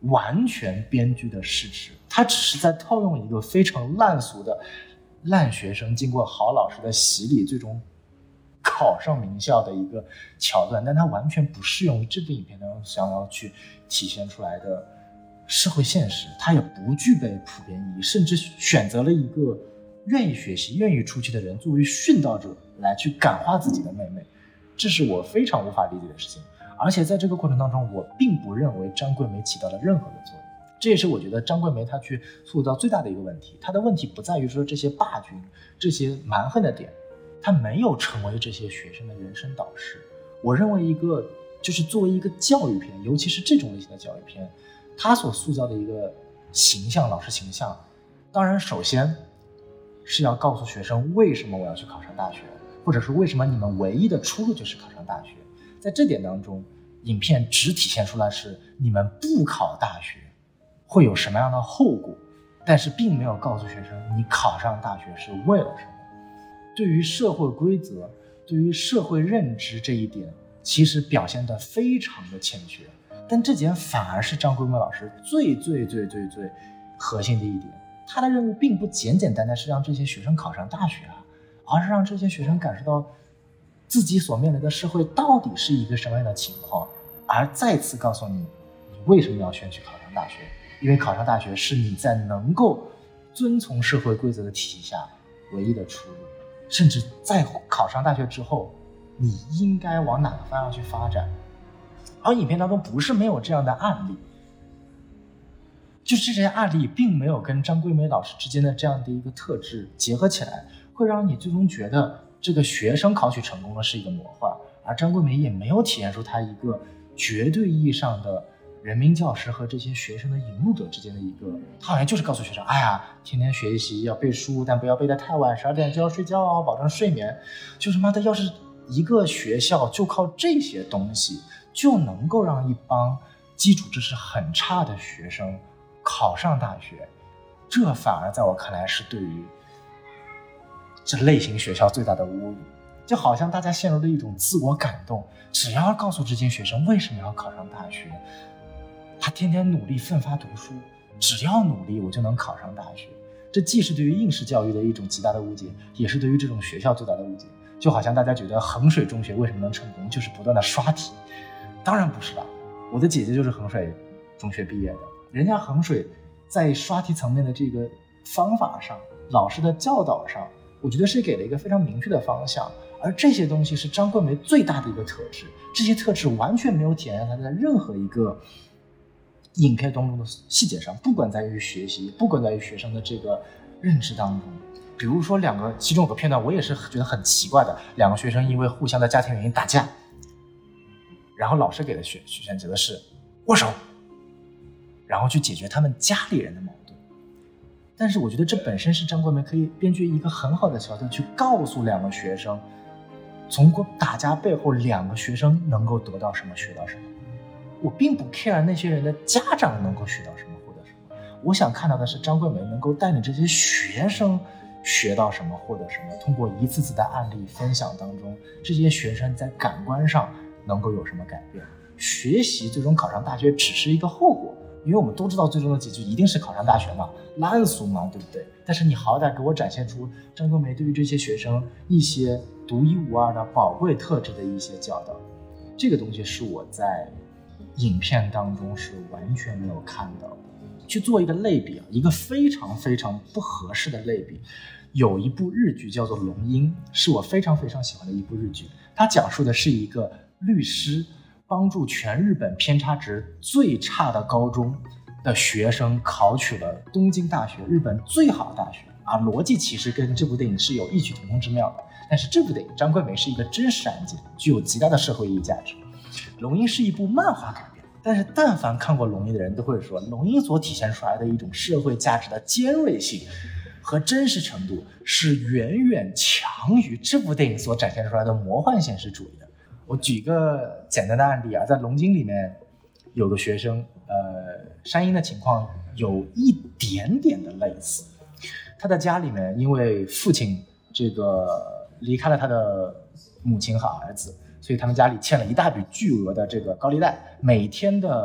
完全编剧的失职，他只是在套用一个非常烂俗的烂学生经过好老师的洗礼最终考上名校的一个桥段，但它完全不适用于这部影片当中想要去体现出来的社会现实，它也不具备普遍意义，甚至选择了一个愿意学习愿意出去的人作为殉道者来去感化自己的妹妹，这是我非常无法理解的事情。而且在这个过程当中，我并不认为张桂梅起到了任何的作用，这也是我觉得张桂梅她去塑造最大的一个问题。她的问题不在于说这些霸君这些蛮横的点，她没有成为这些学生的人生导师。我认为一个就是作为一个教育片，尤其是这种类型的教育片，他所塑造的一个形象，老师形象，当然首先是要告诉学生为什么我要去考上大学，或者是为什么你们唯一的出路就是考上大学。在这点当中，影片只体现出来是你们不考大学会有什么样的后果，但是并没有告诉学生你考上大学是为了什么。对于社会规则，对于社会认知这一点，其实表现得非常的欠缺，但这点反而是张桂梅老师最最最最最核心的一点。他的任务并不简简单单是让这些学生考上大学啊，而是让这些学生感受到自己所面临的社会到底是一个什么样的情况，而再次告诉你你为什么要选取考上大学，因为考上大学是你在能够遵从社会规则的体系下唯一的出路，甚至在考上大学之后你应该往哪个方向去发展。而影片当中不是没有这样的案例，就是这些案例并没有跟张桂梅老师之间的这样的一个特质结合起来，会让你最终觉得这个学生考取成功的是一个魔幻，而张桂梅也没有体现出她一个绝对意义上的人民教师和这些学生的引路者之间的一个，她好像就是告诉学生，哎呀，天天学习要背书，但不要背得太晚，十二点就要睡觉哦，保证睡眠。就是妈的，要是一个学校就靠这些东西就能够让一帮基础知识很差的学生考上大学，这反而在我看来是对于这类型学校最大的侮辱。就好像大家陷入了一种自我感动，只要告诉这些学生为什么要考上大学，他天天努力奋发读书，只要努力我就能考上大学。这既是对于应试教育的一种极大的误解，也是对于这种学校最大的误解。就好像大家觉得衡水中学为什么能成功，就是不断的刷题。当然不是吧，我的姐姐就是衡水中学毕业的，人家衡水在刷题层面的这个方法上，老师的教导上，我觉得是给了一个非常明确的方向。而这些东西是张桂梅最大的一个特质，这些特质完全没有体现她在任何一个影片当中的细节上，不管在于学习，不管在于学生的这个认知当中。比如说两个，其中有个片段我也是觉得很奇怪的，两个学生因为互相的家庭原因打架，然后老师给的选选择的是握手，然后去解决他们家里人的矛盾。但是我觉得这本身是张桂梅可以编剧一个很好的桥段，去告诉两个学生，从打架背后两个学生能够得到什么学到什么。我并不 care 那些人的家长能够学到什么获得什么，我想看到的是张桂梅能够带领这些学生学到什么获得什么，通过一次次的案例分享当中，这些学生在感官上能够有什么改变。学习最终考上大学只是一个后果，因为我们都知道最终的结局一定是考上大学嘛，烂俗嘛，对不对？但是你好歹给我展现出张桂梅对于这些学生一些独一无二的宝贵特质的一些教导，这个东西是我在影片当中是完全没有看到的。去做一个类比啊，一个非常非常不合适的类比，有一部日剧叫做《龙樱》，是我非常非常喜欢的一部日剧。它讲述的是一个律师帮助全日本偏差值最差的高中的学生考取了东京大学，日本最好的大学啊。逻辑其实跟这部电影是有异曲同工之妙的，但是这部电影张桂梅是一个真实案件，具有极大的社会意义价值。龙樱是一部漫画改编，但是但凡看过龙樱的人都会说，龙樱所体现出来的一种社会价值的尖锐性和真实程度是远远强于这部电影所展现出来的魔幻现实主义的。我举一个简单的案例啊，在龙津里面有个学生，呃，山鹰的情况有一点点的类似。他的家里面因为父亲这个离开了他的母亲和儿子，所以他们家里欠了一大笔巨额的这个高利贷，每天的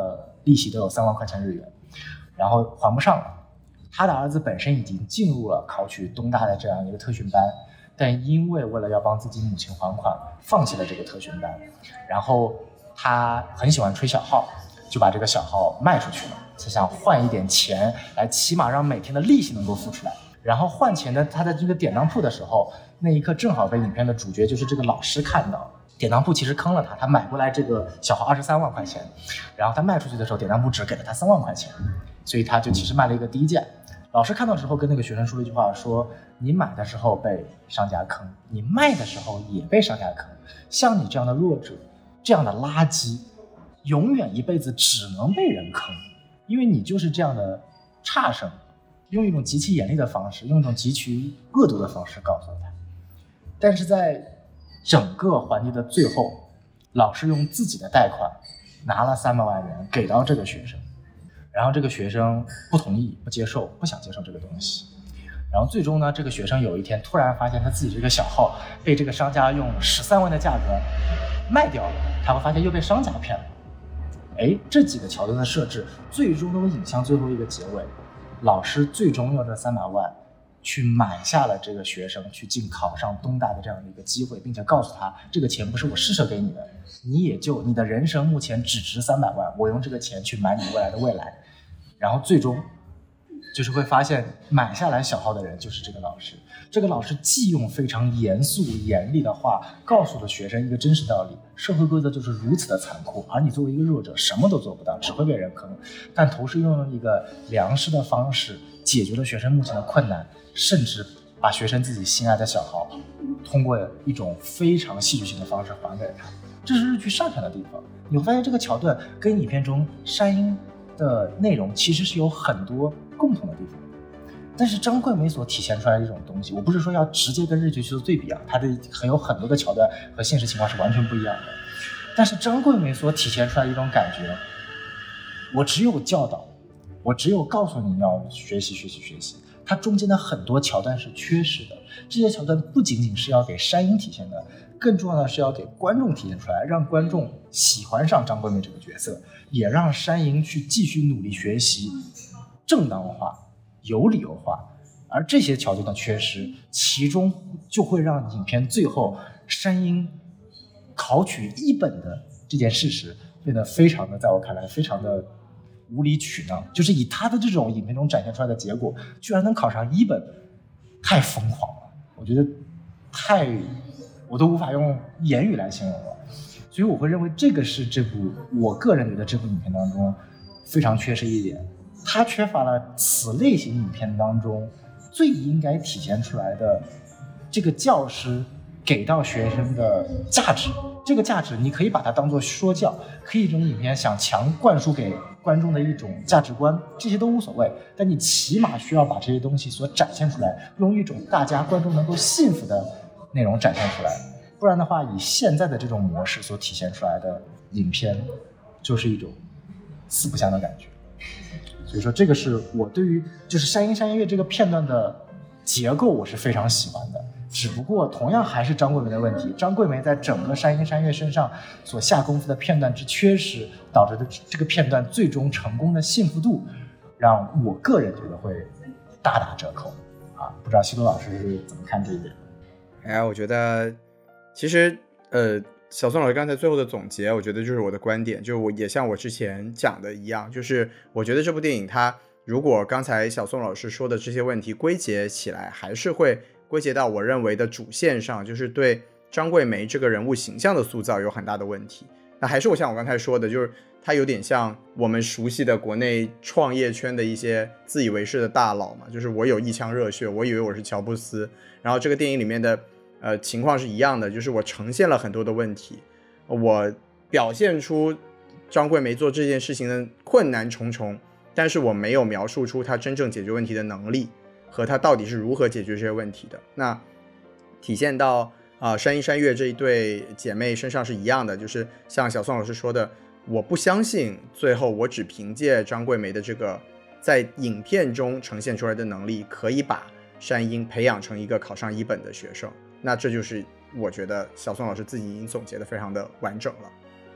利息都有三万块钱日元，然后还不上了。他的儿子本身已经进入了考取东大的这样一个特训班，但因为为了要帮自己母亲还款，放弃了这个特训班。然后他很喜欢吹小号，就把这个小号卖出去了，就想换一点钱来起码让每天的利息能够付出来。然后换钱的他在这个典当铺的时候，那一刻正好被影片的主角就是这个老师看到，典当铺其实坑了他，他买过来这个小号二十三万块钱，然后他卖出去的时候典当铺只给了他三万块钱，所以他就其实卖了一个低价。老师看到之后跟那个学生说了一句话，说你买的时候被商家坑，你卖的时候也被商家坑，像你这样的弱者，这样的垃圾，永远一辈子只能被人坑，因为你就是这样的差生。用一种极其严厉的方式，用一种极其恶毒的方式告诉他。但是在整个环节的最后，老师用自己的贷款拿了三百万元给到这个学生，然后这个学生不同意、不接受、不想接受这个东西。然后最终呢，这个学生有一天突然发现他自己这个小号被这个商家用十三万的价格卖掉了，他会发现又被商家骗了。哎，这几个桥段的设置，最终都引向最后一个结尾。老师最终用这三百万去买下了这个学生去进考上东大的这样的一个机会，并且告诉他这个钱不是我施舍给你的，你也就你的人生目前只值三百万，我用这个钱去买你未来的未来。然后最终就是会发现买下来小号的人就是这个老师。这个老师既用非常严肃严厉的话告诉了学生一个真实道理，社会规则就是如此的残酷，而你作为一个弱者什么都做不到，只会被人坑。但同时用一个良师的方式解决了学生目前的困难，甚至把学生自己心爱的小号通过一种非常戏剧性的方式还给了他。这是日剧擅长的地方。你会发现这个桥段跟影片中山鹰的内容其实是有很多共同的地方，但是张桂梅所体现出来的这种东西，我不是说要直接跟日剧去做对比啊，它的很有很多的桥段和现实情况是完全不一样的。但是张桂梅所体现出来的一种感觉，我只有教导，我只有告诉你要学习学习学习，它中间的很多桥段是缺失的。这些桥段不仅仅是要给山鹰体现的，更重要的是要给观众体现出来，让观众喜欢上张桂梅这个角色，也让山鹰去继续努力学习正当化、有理由化。而这些桥段的缺失，其中就会让影片最后山鹰考取一本的这件事实变得非常的，在我看来非常的无理取闹。就是以他的这种影片中展现出来的结果，居然能考上一本，太疯狂了，我觉得太我都无法用言语来形容了。所以我会认为这个是这部我个人觉得这部影片当中非常缺失一点，它缺乏了此类型影片当中最应该体现出来的这个教师给到学生的价值。这个价值你可以把它当作说教，可以这种影片想强灌输给观众的一种价值观，这些都无所谓，但你起码需要把这些东西所展现出来，用一种大家观众能够信服的内容展现出来。不然的话，以现在的这种模式所体现出来的影片就是一种四不像的感觉。所以说这个是我对于就是山鹰山鹰月这个片段的结构我是非常喜欢的，只不过同样还是张桂梅的问题，张桂梅在整个山鹰山月身上所下功夫的片段之缺失，导致的这个片段最终成功的信服度，让我个人觉得会大打折扣啊！不知道西多老师是怎么看这一点？ 哎，我觉得其实呃，小宋老师刚才最后的总结，我觉得就是我的观点，就我也像我之前讲的一样，就是我觉得这部电影它如果刚才小宋老师说的这些问题归结起来，还是会归结到我认为的主线上，就是对张桂梅这个人物形象的塑造有很大的问题。那还是我像我刚才说的，就是它有点像我们熟悉的国内创业圈的一些自以为是的大佬嘛，就是我有一腔热血，我以为我是乔布斯，然后这个电影里面的呃情况是一样的，就是我呈现了很多的问题，我表现出张桂梅做这件事情的困难重重，但是我没有描述出她真正解决问题的能力和她到底是如何解决这些问题的。那体现到啊、呃、山鹰山月这一对姐妹身上是一样的，就是像小宋老师说的，我不相信最后我只凭借张桂梅的这个在影片中呈现出来的能力可以把山鹰培养成一个考上一本的学生。那这就是我觉得小宋老师自己已经总结的非常的完整了。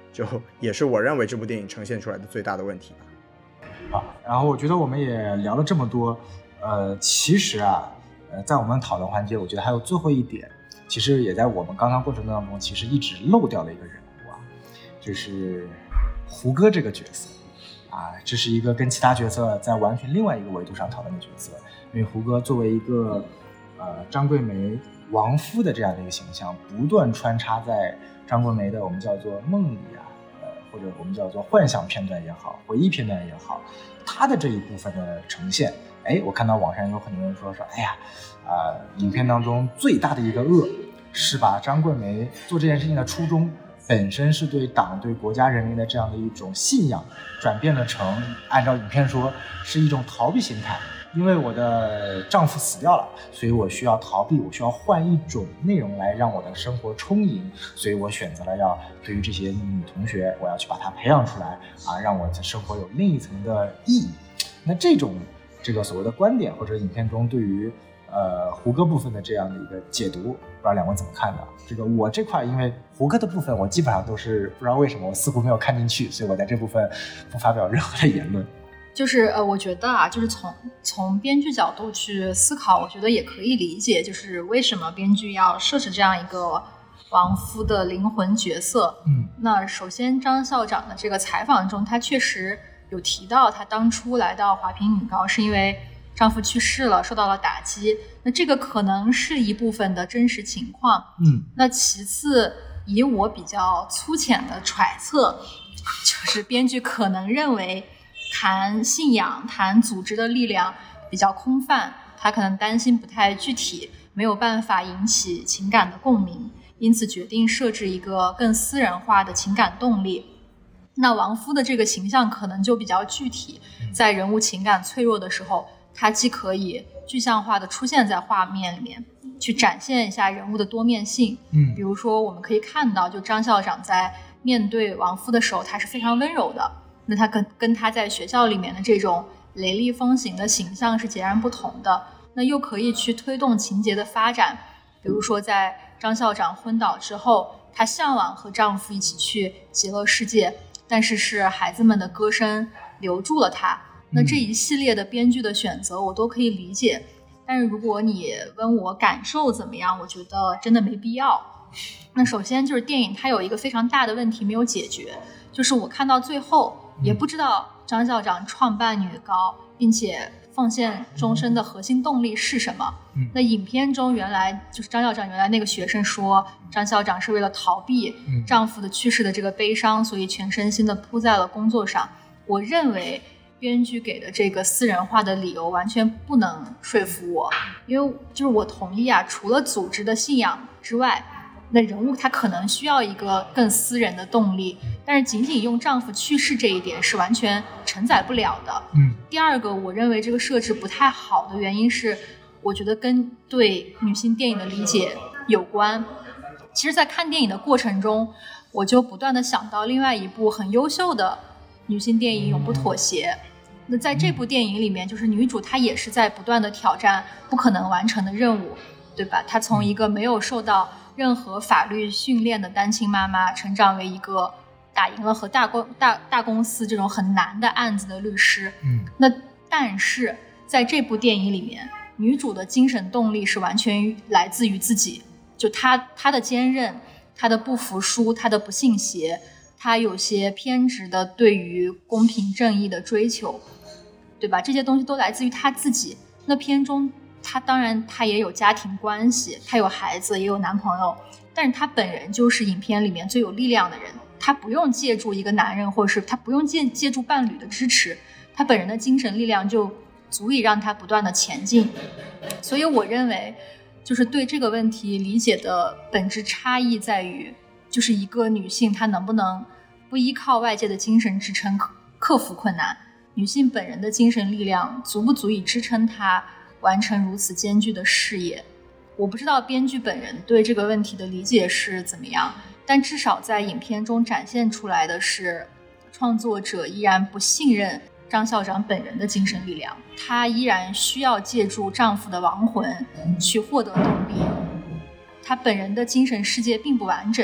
就也是我认为这部电影呈现出来的最大的问题吧。 好，然后我觉得我们也聊了这么多，呃，其实啊，呃，在我们讨论环节，我觉得还有最后一点，其实也在我们刚刚过程当中，其实一直漏掉了一个人物啊，就是胡歌这个角色啊，这是一个跟其他角色在完全另外一个维度上讨论的角色，因为胡歌作为一个呃张桂梅亡夫的这样的一个形象，不断穿插在张桂梅的我们叫做梦里啊。或者我们叫做幻想片段也好，回忆片段也好，它的这一部分的呈现，哎，我看到网上有很多人说说，哎呀，啊、呃，影片当中最大的一个恶是把张桂梅做这件事情的初衷本身是对党、对国家人民的这样的一种信仰，转变了成按照影片说是一种逃避心态。因为我的丈夫死掉了，所以我需要逃避，我需要换一种内容来让我的生活充盈，所以我选择了要对于这些女同学，我要去把她培养出来啊，让我的生活有另一层的意义。那这种这个所谓的观点或者影片中对于呃胡歌部分的这样的一个解读，不知道两位怎么看的？这个我这块因为胡歌的部分我基本上都是不知道为什么我似乎没有看进去，所以我在这部分不发表任何的言论。 就是呃，我觉得啊，就是从从编剧角度去思考，我觉得也可以理解，就是为什么编剧要设置这样一个亡夫的灵魂角色。 嗯， 那首先张校长的这个采访中，他确实有提到，他当初来到华坪女高是因为丈夫去世了，受到了打击。那这个可能是一部分的真实情况。 嗯， 那其次，以我比较粗浅的揣测，就是编剧可能认为。谈信仰、谈组织的力量比较空泛，他可能担心不太具体，没有办法引起情感的共鸣，因此决定设置一个更私人化的情感动力。那亡夫的这个形象可能就比较具体，在人物情感脆弱的时候，他既可以具象化的出现在画面里面，去展现一下人物的多面性。 嗯， 比如说我们可以看到，就张校长在面对亡夫的时候，他是非常温柔的。那他跟跟他在学校里面的这种雷厉风行的形象是截然不同的。那又可以去推动情节的发展，比如说在张校长昏倒之后，她向往和丈夫一起去极乐世界，但是是孩子们的歌声留住了她。那这一系列的编剧的选择我都可以理解，但是如果你问我感受怎么样，我觉得真的没必要。那首先就是电影它有一个非常大的问题没有解决，就是我看到最后也不知道张校长创办女高并且奉献终身的核心动力是什么。 嗯、 那影片中原来就是张校长原来那个学生说张校长是为了逃避丈夫的去世的这个悲伤，所以全身心的扑在了工作上。我认为编剧给的这个私人化的理由完全不能说服我，因为就是我同意啊，除了组织的信仰之外，那人物他可能需要一个更私人的动力，但是仅仅用丈夫去世这一点是完全承载不了的。 嗯， 第二个我认为这个设置不太好的原因是，我觉得跟对女性电影的理解有关。其实在看电影的过程中，我就不断的想到另外一部很优秀的女性电影《永不妥协》。那在这部电影里面，就是女主她也是在不断的挑战不可能完成的任务，对吧？她从一个没有受到任何法律训练的单亲妈妈成长为一个打赢了和大公大大公司这种很难的案子的律师。 嗯， 那但是在这部电影里面，女主的精神动力是完全来自于自己，就她她的坚韧，她的不服输，她的不信邪，她有些偏执的对于公平正义的追求，对吧？这些东西都来自于她自己。那片中她当然她也有家庭关系，她有孩子也有男朋友，但是她本人就是影片里面最有力量的人，她不用借助一个男人，或者是她不用借借助伴侣的支持，她本人的精神力量就足以让她不断的前进。所以我认为就是对这个问题理解的本质差异在于，就是一个女性她能不能不依靠外界的精神支撑克服困难，女性本人的精神力量足不足以支撑她完成如此艰巨的事业。我不知道编剧本人对这个问题的理解是怎么样，但至少在影片中展现出来的是，创作者依然不信任张校长本人的精神力量，她依然需要借助丈夫的亡魂去获得动力。她本人的精神世界并不完整，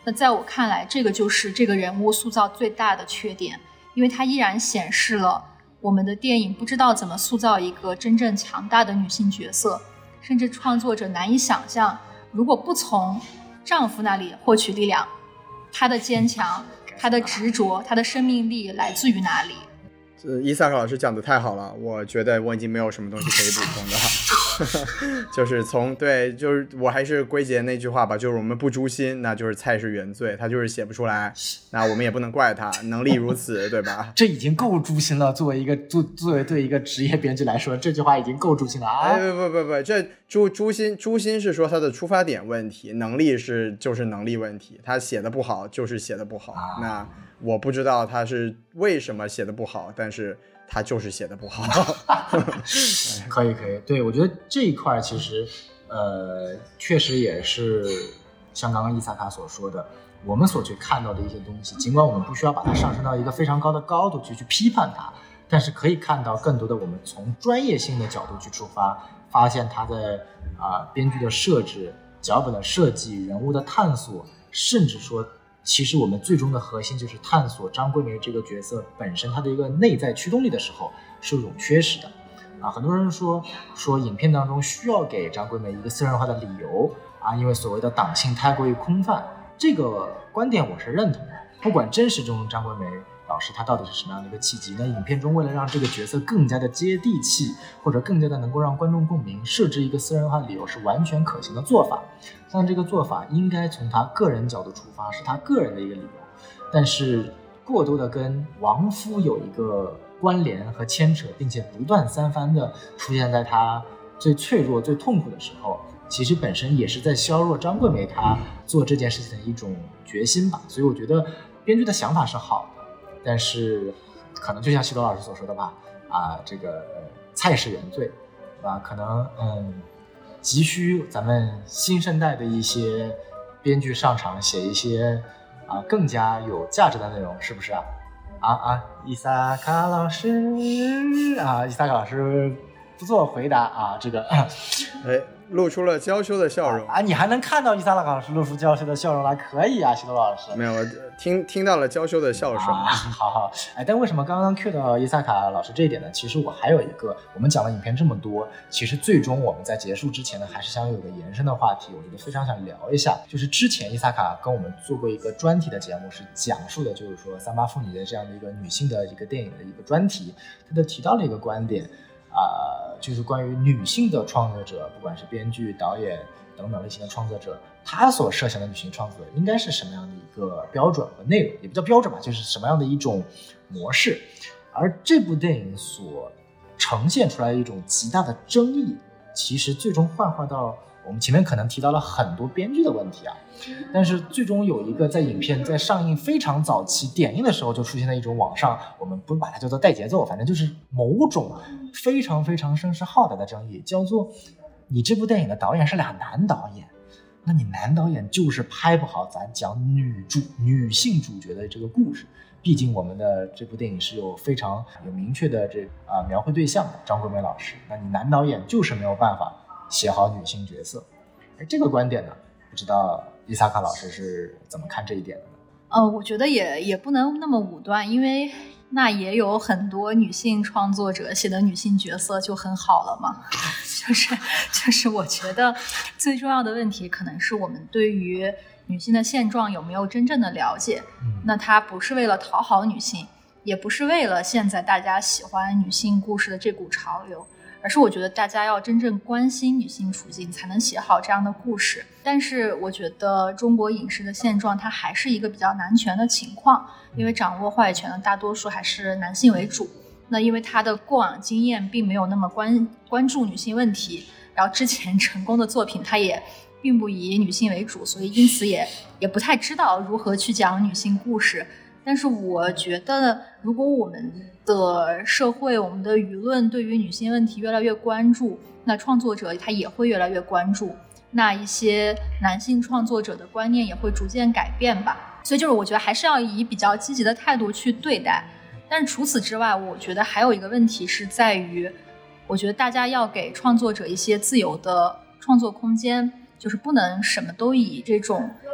那在我看来，这个就是这个人物塑造最大的缺点，因为它依然显示了我们的电影不知道怎么塑造一个真正强大的女性角色，甚至创作者难以想象，如果不从丈夫那里获取力量，她的坚强、她的执着、她的生命力来自于哪里？ 呃，伊萨克老师讲的太好了，我觉得我已经没有什么东西可以补充的了。就是从对，就是我还是归结那句话吧，就是我们不诛心，那就是菜是原罪，他就是写不出来，那我们也不能怪他，能力如此，对吧？ 这已经够诛心了。作为一个作作为对一个职业编剧来说，这句话已经够诛心了啊！ 哎，不不不不，这诛诛心诛心是说他的出发点问题，能力是就是能力问题，他写的不好就是写的不好。啊、那我不知道他是为什么写的不好，但是他就是写的不好。 可以可以，对，我觉得这一块其实呃确实也是像刚刚伊萨卡所说的，我们所去看到的一些东西，尽管我们不需要把它上升到一个非常高的高度去去批判它，但是可以看到更多的我们从专业性的角度去出发，发现它在啊、呃、编剧的设置、脚本的设计、人物的探索，甚至说其实我们最终的核心就是探索张桂梅这个角色本身她的一个内在驱动力的时候是有种缺失的啊。很多人说说影片当中需要给张桂梅一个私人化的理由啊，因为所谓的党性太过于空泛，这个观点我是认同的。不管真实中张桂梅老师她到底是什么样的一个契机，那影片中为了让这个角色更加的接地气，或者更加的能够让观众共鸣，设置一个私人化的理由是完全可行的做法。但这个做法应该从他个人角度出发，是他个人的一个理由，但是过多的跟亡夫有一个关联和牵扯，并且不断三番的出现在他最脆弱最痛苦的时候，其实本身也是在削弱张桂梅她做这件事情的一种决心吧。所以我觉得编剧的想法是好的，但是可能就像西多老师所说的吧，啊，这个呃菜是原罪，啊，可能嗯急需咱们新生代的一些编剧上场写一些啊更加有价值的内容，是不是啊？啊啊，伊萨卡老师啊，伊萨卡老师不做回答啊，这个哎。 露出了娇羞的笑容啊, 啊！你还能看到伊萨卡老师露出娇羞的笑容来，可以啊，西多老师。 没有，我听听到了娇羞的笑声。 啊、好好，哎，但为什么刚刚 cue 到伊萨卡老师这一点呢？其实我还有一个，我们讲了影片这么多，其实最终我们在结束之前呢，还是想有个延伸的话题，我觉得非常想聊一下。就是之前伊萨卡跟我们做过一个专题的节目，是讲述的就是说三八妇女的这样的一个女性的一个电影的一个专题，他就提到了一个观点。啊、呃，就是关于女性的创作者，不管是编剧、导演等等类型的创作者，她所设想的女性创作者应该是什么样的一个标准和内容，也不叫标准吧，就是什么样的一种模式。而这部电影所呈现出来一种极大的争议，其实最终幻化到我们前面可能提到了很多编剧的问题啊，但是最终有一个在影片在上映非常早期点映的时候就出现了一种网上，我们不把它叫做带节奏，反正就是某种非常非常声势浩大的争议，叫做你这部电影的导演是俩男导演，那你男导演就是拍不好咱讲女主女性主角的这个故事。毕竟我们的这部电影是有非常有明确的这啊、呃、描绘对象的张桂梅老师，那你男导演就是没有办法写好女性角色。而这个观点呢，不知道伊萨卡老师是怎么看这一点的呢？ 呃，我觉得也也不能那么武断，因为那也有很多女性创作者写的女性角色就很好了嘛。就是就是我觉得最重要的问题可能是我们对于女性的现状有没有真正的了解。嗯，那它不是为了讨好女性，也不是为了现在大家喜欢女性故事的这股潮流，而是我觉得大家要真正关心女性处境才能写好这样的故事。但是我觉得中国影视的现状它还是一个比较男权的情况，因为掌握话语权的大多数还是男性为主。那因为他的过往经验并没有那么关关注女性问题，然后之前成功的作品他也并不以女性为主，所以因此也也不太知道如何去讲女性故事。但是我觉得如果我们的社会我们的舆论对于女性问题越来越关注，那创作者他也会越来越关注，那一些男性创作者的观念也会逐渐改变吧。所以就是我觉得还是要以比较积极的态度去对待。但是除此之外，我觉得还有一个问题是在于，我觉得大家要给创作者一些自由的创作空间，就是不能什么都以这种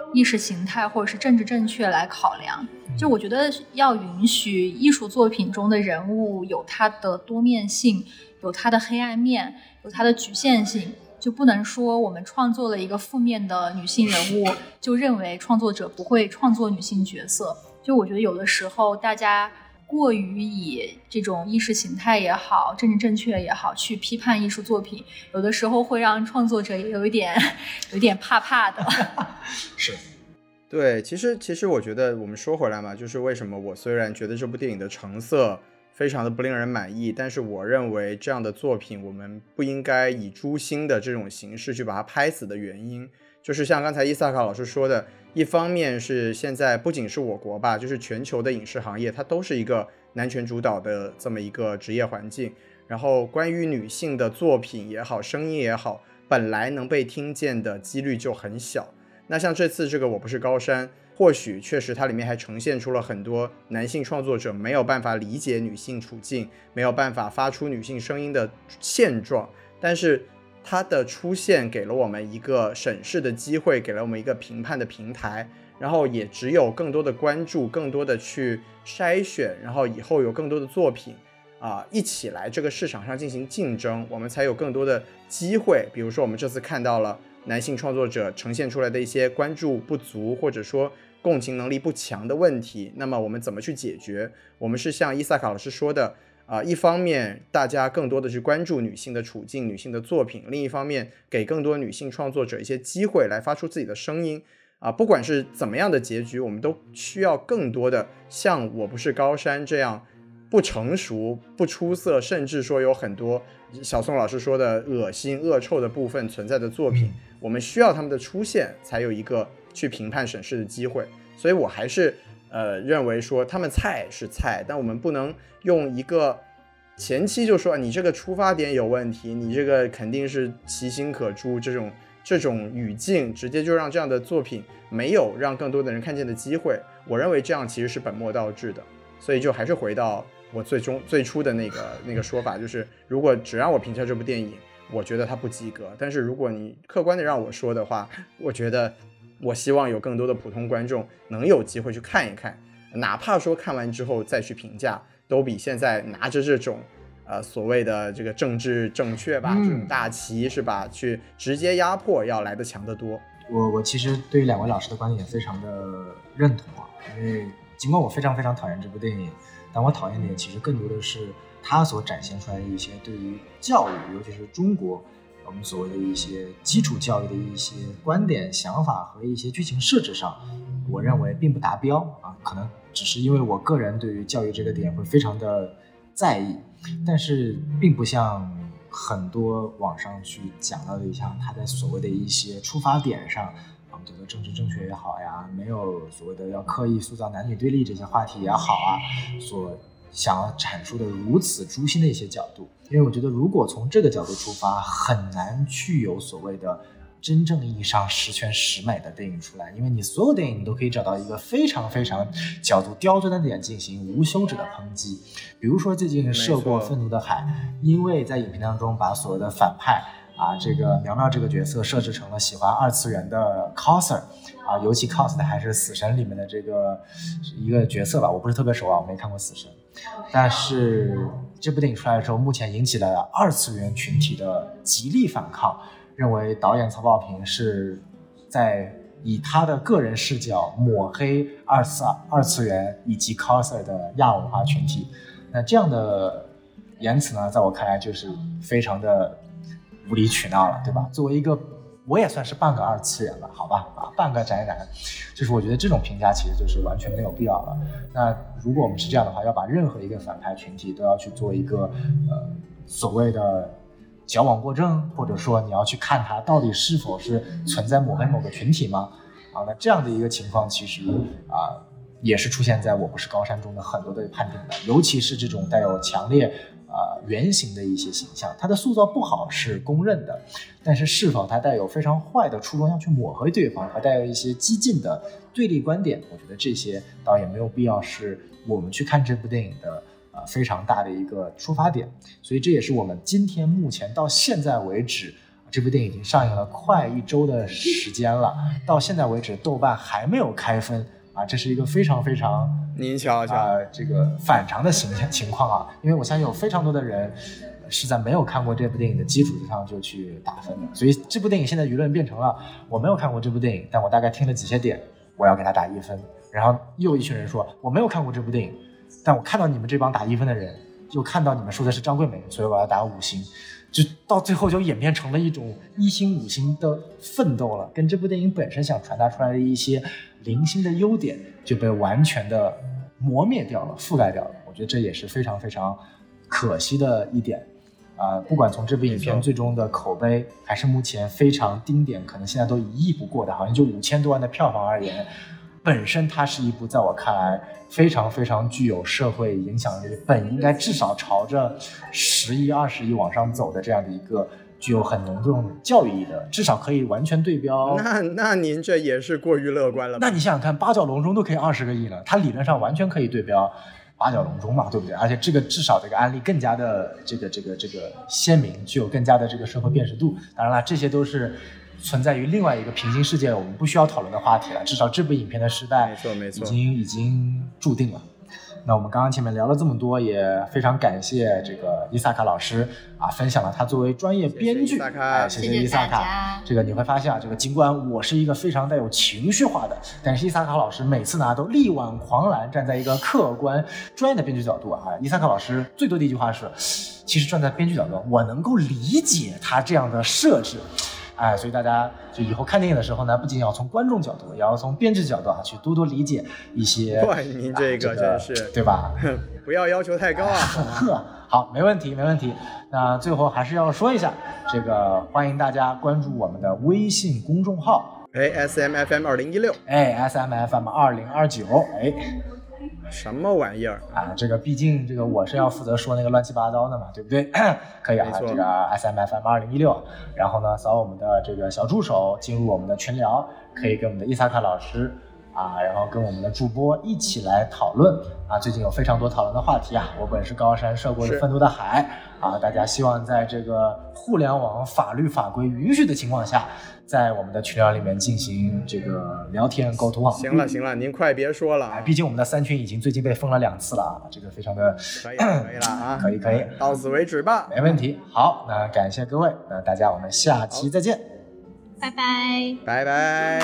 意识形态或者是政治正确来考量。就我觉得要允许艺术作品中的人物有它的多面性，有它的黑暗面，有它的局限性，就不能说我们创作了一个负面的女性人物就认为创作者不会创作女性角色。就我觉得有的时候大家过于以这种意识形态也好，政治正确也好去批判艺术作品，有的时候会让创作者也有一点有一点怕怕的。 是， 对，其实其实我觉得我们说回来嘛，就是为什么我虽然觉得这部电影的成色非常的不令人满意，但是我认为这样的作品我们不应该以诛心的这种形式去把它拍死的原因，就是像刚才伊萨卡老师说的，一方面是现在不仅是我国吧，就是全球的影视行业它都是一个男权主导的这么一个职业环境，然后关于女性的作品也好，声音也好，本来能被听见的几率就很小。那像这次这个我不是高山，或许确实它里面还呈现出了很多男性创作者没有办法理解女性处境，没有办法发出女性声音的现状，但是它的出现给了我们一个审视的机会，给了我们一个评判的平台，然后也只有更多的关注，更多的去筛选，然后以后有更多的作品啊、呃，一起来这个市场上进行竞争，我们才有更多的机会。比如说我们这次看到了男性创作者呈现出来的一些关注不足，或者说共情能力不强的问题，那么我们怎么去解决？我们是像伊萨卡老师说的啊、呃，一方面大家更多的去关注女性的处境、女性的作品，另一方面给更多女性创作者一些机会来发出自己的声音啊、呃，不管是怎么样的结局，我们都需要更多的像我不是高山这样不成熟、不出色，甚至说有很多小宋老师说的恶心、恶臭的部分存在的作品，我们需要他们的出现，才有一个去评判审视的机会。所以我还是呃认为说他们菜是菜，但我们不能用一个前期就说你这个出发点有问题，你这个肯定是其心可诛，这种这种语境直接就让这样的作品没有让更多的人看见的机会。我认为这样其实是本末倒置的。所以就还是回到我最终最初的那个那个说法，就是如果只让我评价这部电影，我觉得它不及格。但是如果你客观的让我说的话，我觉得我希望有更多的普通观众能有机会去看一看，哪怕说看完之后再去评价，都比现在拿着这种呃所谓的这个政治正确吧、嗯、这种大旗是吧，去直接压迫要来的强得多。 我我其实对于两位老师的观点也非常的认同啊，因为尽管我非常非常讨厌这部电影，但我讨厌的其实更多的是它所展现出来的一些对于教育，尤其是中国我们所谓的一些基础教育的一些观点、想法和一些剧情设置上，我认为并不达标啊。可能只是因为我个人对于教育这个点会非常的在意，但是并不像很多网上去讲到的一项，它在所谓的一些出发点上，我们觉得政治正确也好呀，没有所谓的要刻意塑造男女对立这些话题也好啊，所想要阐述的如此诛心的一些角度。因为我觉得如果从这个角度出发，很难去有所谓的真正意义上十全十美的电影出来，因为你所有电影你都可以找到一个非常非常角度刁钻的点进行无休止的抨击。比如说最近涉过愤怒的海，因为在影片当中把所谓的反派啊，这个苗苗这个角色设置成了喜欢二次元的 coser 啊，尤其 cos 的还是死神里面的这个一个角色吧，我不是特别熟啊，我没看过死神。但是这部电影出来的时候，目前引起了二次元群体的极力反抗，认为导演曹保平是在以他的个人视角抹黑二次二次元以及 coser 的亚文化群体。那这样的言辞呢，在我看来就是非常的无理取闹了，对吧？作为一个我也算是半个二次元了，好吧，啊，半个宅男，就是我觉得这种评价其实就是完全没有必要了。那如果我们是这样的话，要把任何一个反派群体都要去做一个呃所谓的矫枉过正，或者说你要去看它到底是否是存在抹黑某个群体吗？啊，那这样的一个情况其实啊也是出现在我不是高山中的很多的判定的，尤其是这种带有强烈呃原型的一些形象，它的塑造不好是公认的，但是是否它带有非常坏的初衷要去抹黑对方，和带有一些激进的对立观点，我觉得这些倒也没有必要是我们去看这部电影的呃非常大的一个出发点。所以这也是我们今天目前到现在为止这部电影已经上映了快一周的时间了，到现在为止豆瓣还没有开分啊，这是一个非常非常您瞧瞧、 呃、这个反常的情情况啊，因为我相信有非常多的人是在没有看过这部电影的基础之上就去打分的，所以这部电影现在舆论变成了我没有看过这部电影，但我大概听了几些点，我要给他打一分。然后又一群人说我没有看过这部电影，但我看到你们这帮打一分的人，又看到你们说的是张桂梅，所以我要打五星，就到最后就演变成了一种一星五星的奋斗了，跟这部电影本身想传达出来的一些零星的优点就被完全的磨灭掉了，覆盖掉了。我觉得这也是非常非常可惜的一点啊、呃！不管从这部影片最终的口碑，还是目前非常丁点，可能现在都一亿不过的，好像就五千多万的票房而言，本身它是一部在我看来非常非常具有社会影响力，本应该至少朝着十亿、二十亿往上走的这样的一个具有很浓重教育意义的，至少可以完全对标。 那那您这也是过于乐观了吧？ 那你想想看，八角笼中都可以二十个亿了，它理论上完全可以对标八角笼中嘛，对不对？而且这个至少这个案例更加的这个这个这个鲜明，具有更加的这个社会辨识度。当然了，这些都是存在于另外一个平行世界，我们不需要讨论的话题了。至少这部影片的时代， 没错没错， 已经已经注定了。那我们刚刚前面聊了这么多，也非常感谢这个伊萨卡老师啊，分享了他作为专业编剧，哎，谢谢伊萨卡。这个你会发现啊，这个尽管我是一个非常带有情绪化的，但是伊萨卡老师每次呢都力挽狂澜，站在一个客观专业的编剧角度啊。伊萨卡老师最多的一句话是，其实站在编剧角度，我能够理解他这样的设置。哎，所以大家就以后看电影的时候呢，不仅要从观众角度，也要从编剧角度啊，去多多理解一些。 哇，您这个真是、啊这个、 对吧？ 不要要求太高啊！ 呵，好，没问题，没问题。那最后还是要说一下，这个欢迎大家关注我们的微信公众号， 哎 ，S M F M 二零一六， 哎 ，S M F M 二零二九，哎。 什么玩意儿啊？这个毕竟这个我是要负责说那个乱七八糟的嘛，对不对？可以啊，这个 S M F M 二零一六，然后呢，扫我们的这个小助手进入我们的群聊，可以跟我们的伊萨卡老师啊，然后跟我们的主播一起来讨论啊。最近有非常多讨论的话题啊，我本是高山涉过的愤怒的海啊，大家希望在这个互联网法律法规允许的情况下，在我们的群聊里面进行这个聊天沟通啊。 行了行了，您快别说了啊！ 毕竟我们的三群已经最近被封了两次了啊，这个非常的可以了可以了啊， 可以可以， 到此为止吧， 没问题。好，那感谢各位，那大家我们下期再见， 拜拜拜拜。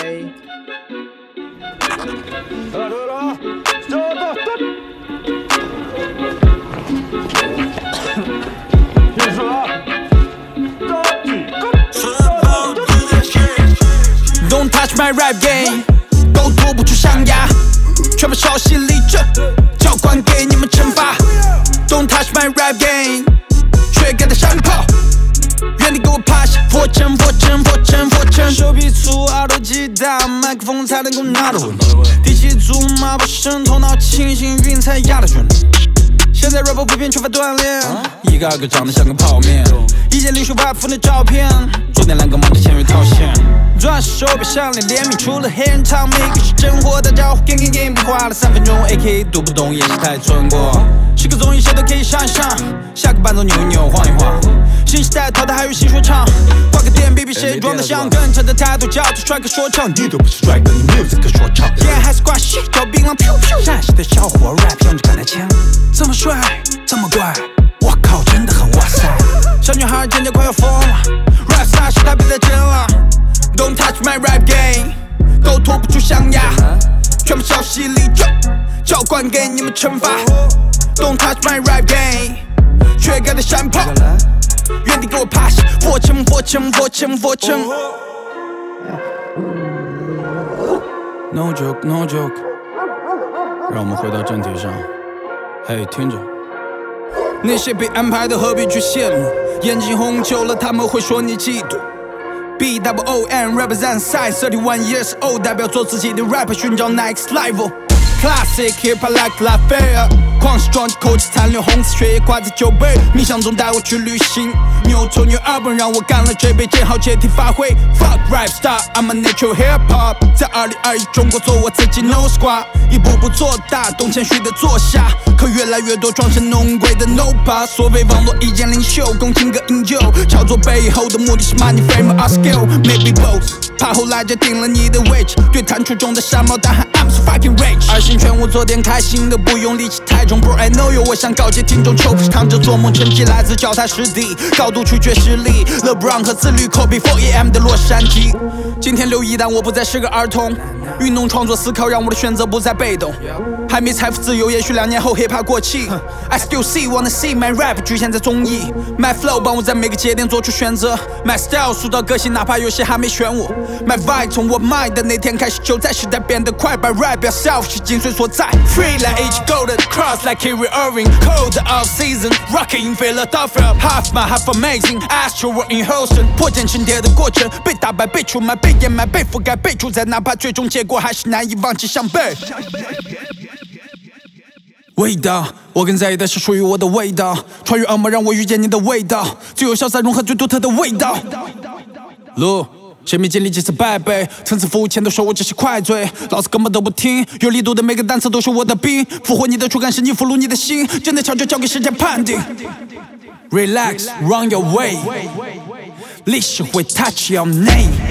Don't touch my rap game， 都脱不出象牙，全部抄袭立正，教官给你们惩罚。Don't touch my rap game， 缺钙的山炮，原地给我趴下，佛chân佛chân佛chân佛chân，手臂粗，耳朵极大，麦克风才能够拿得稳。第七组马不生，头脑清醒，云彩压得准。现在 rapper 普遍缺乏锻炼，一个个长得像个泡面，一件零数八分的照片，重点两个忙着签约套现。转手别项链联名，除了黑人唱每个是真货，大家伙 gang gang gang， 比划了三分钟 ，A K 读不懂，演戏太蠢过。是个综艺谁都可以上一上，下个伴奏扭一扭，晃一晃。新时代淘汰还有新说唱，换个店比比谁装得像，跟着的态度叫做帅哥说唱，你都不是帅哥，你没有资格说唱。烟还是挂戏，叫槟榔 ，pew pew。陕西的小伙 rap 用着橄榄腔，这么帅，这么怪，我靠，真的很哇塞。小女孩尖叫快要疯了 ，rap star 是他别再争了。Don't touch my rap game， 都脱不出象牙，全部抄袭立正，教官给你们惩罚。Don't touch my rap game， 缺钙的山炮，原地给我趴下，佛chân佛chân佛chân佛chân。No joke no joke， 让我们回到正题上。嘿，听着，那些被安排的何必去羡慕？眼睛红久了，他们会说你嫉妒。B W O N represent side thirty-one years old， 代表做自己的 rapper， 寻找 next level。Classic hip hop like La Fair， 狂喜撞击口气残留，红色血液挂在酒杯，冥想中带我去旅行。牛头牛二本让我干了这杯，见好借题发挥。Fuck rap star, I'm a natural hip hop。在二零二一中国做我自己 no squad， 一步步做大，懂谦虚的坐下，可越来越多装神弄鬼的 no pass。所谓网络意见领袖，共情个饮酒，炒作背后的目的是 money fame or skill maybe both。怕后来就定了你的位置，对弹出中的山猫大喊 I'm so fucking rage。二心劝我做点开心的，不用力气太重 Bro I know you， 我想告诫听众，抽扛着做梦，成绩来自脚踏实地，高度取决实力。LeBron 和自律 Kobe four A M 的洛杉矶。今天留意，但我不再是个儿童。运动创作思考让我的选择不再被动。还没财富自由，也许两年后 hiphop 过气。I still see wanna see my rap 局限在综艺 ，My flow 帮我在每个节点做出选择 ，My style 塑造个性，哪怕有些还没选我。My vibe 从我 mind 的那天开始，就在时代变得快，把 rap yourself 是精髓所在。Free like H Golden Cross like Kyrie Irving，Cold off season，Rocking in Philadelphia，Half my half amazing，Astro we're in Houston， 破茧成蝶的过程，被打败，被出卖，被掩埋，被覆盖，被主宰，哪怕最终结果还是难以忘记伤悲。味道，我更在意的是属于我的味道，穿越恶魔让我遇见你的味道，最有潇洒融合最独特的味道。路。谁没经历几次败北，层次服务前都说我只是快嘴，老子根本都不听，有力度的每个单词都是我的兵，俘获你的触感，神经俘虏你的心，真的巧就交给时间判定。Relax, run your way， 历史会 touch your name。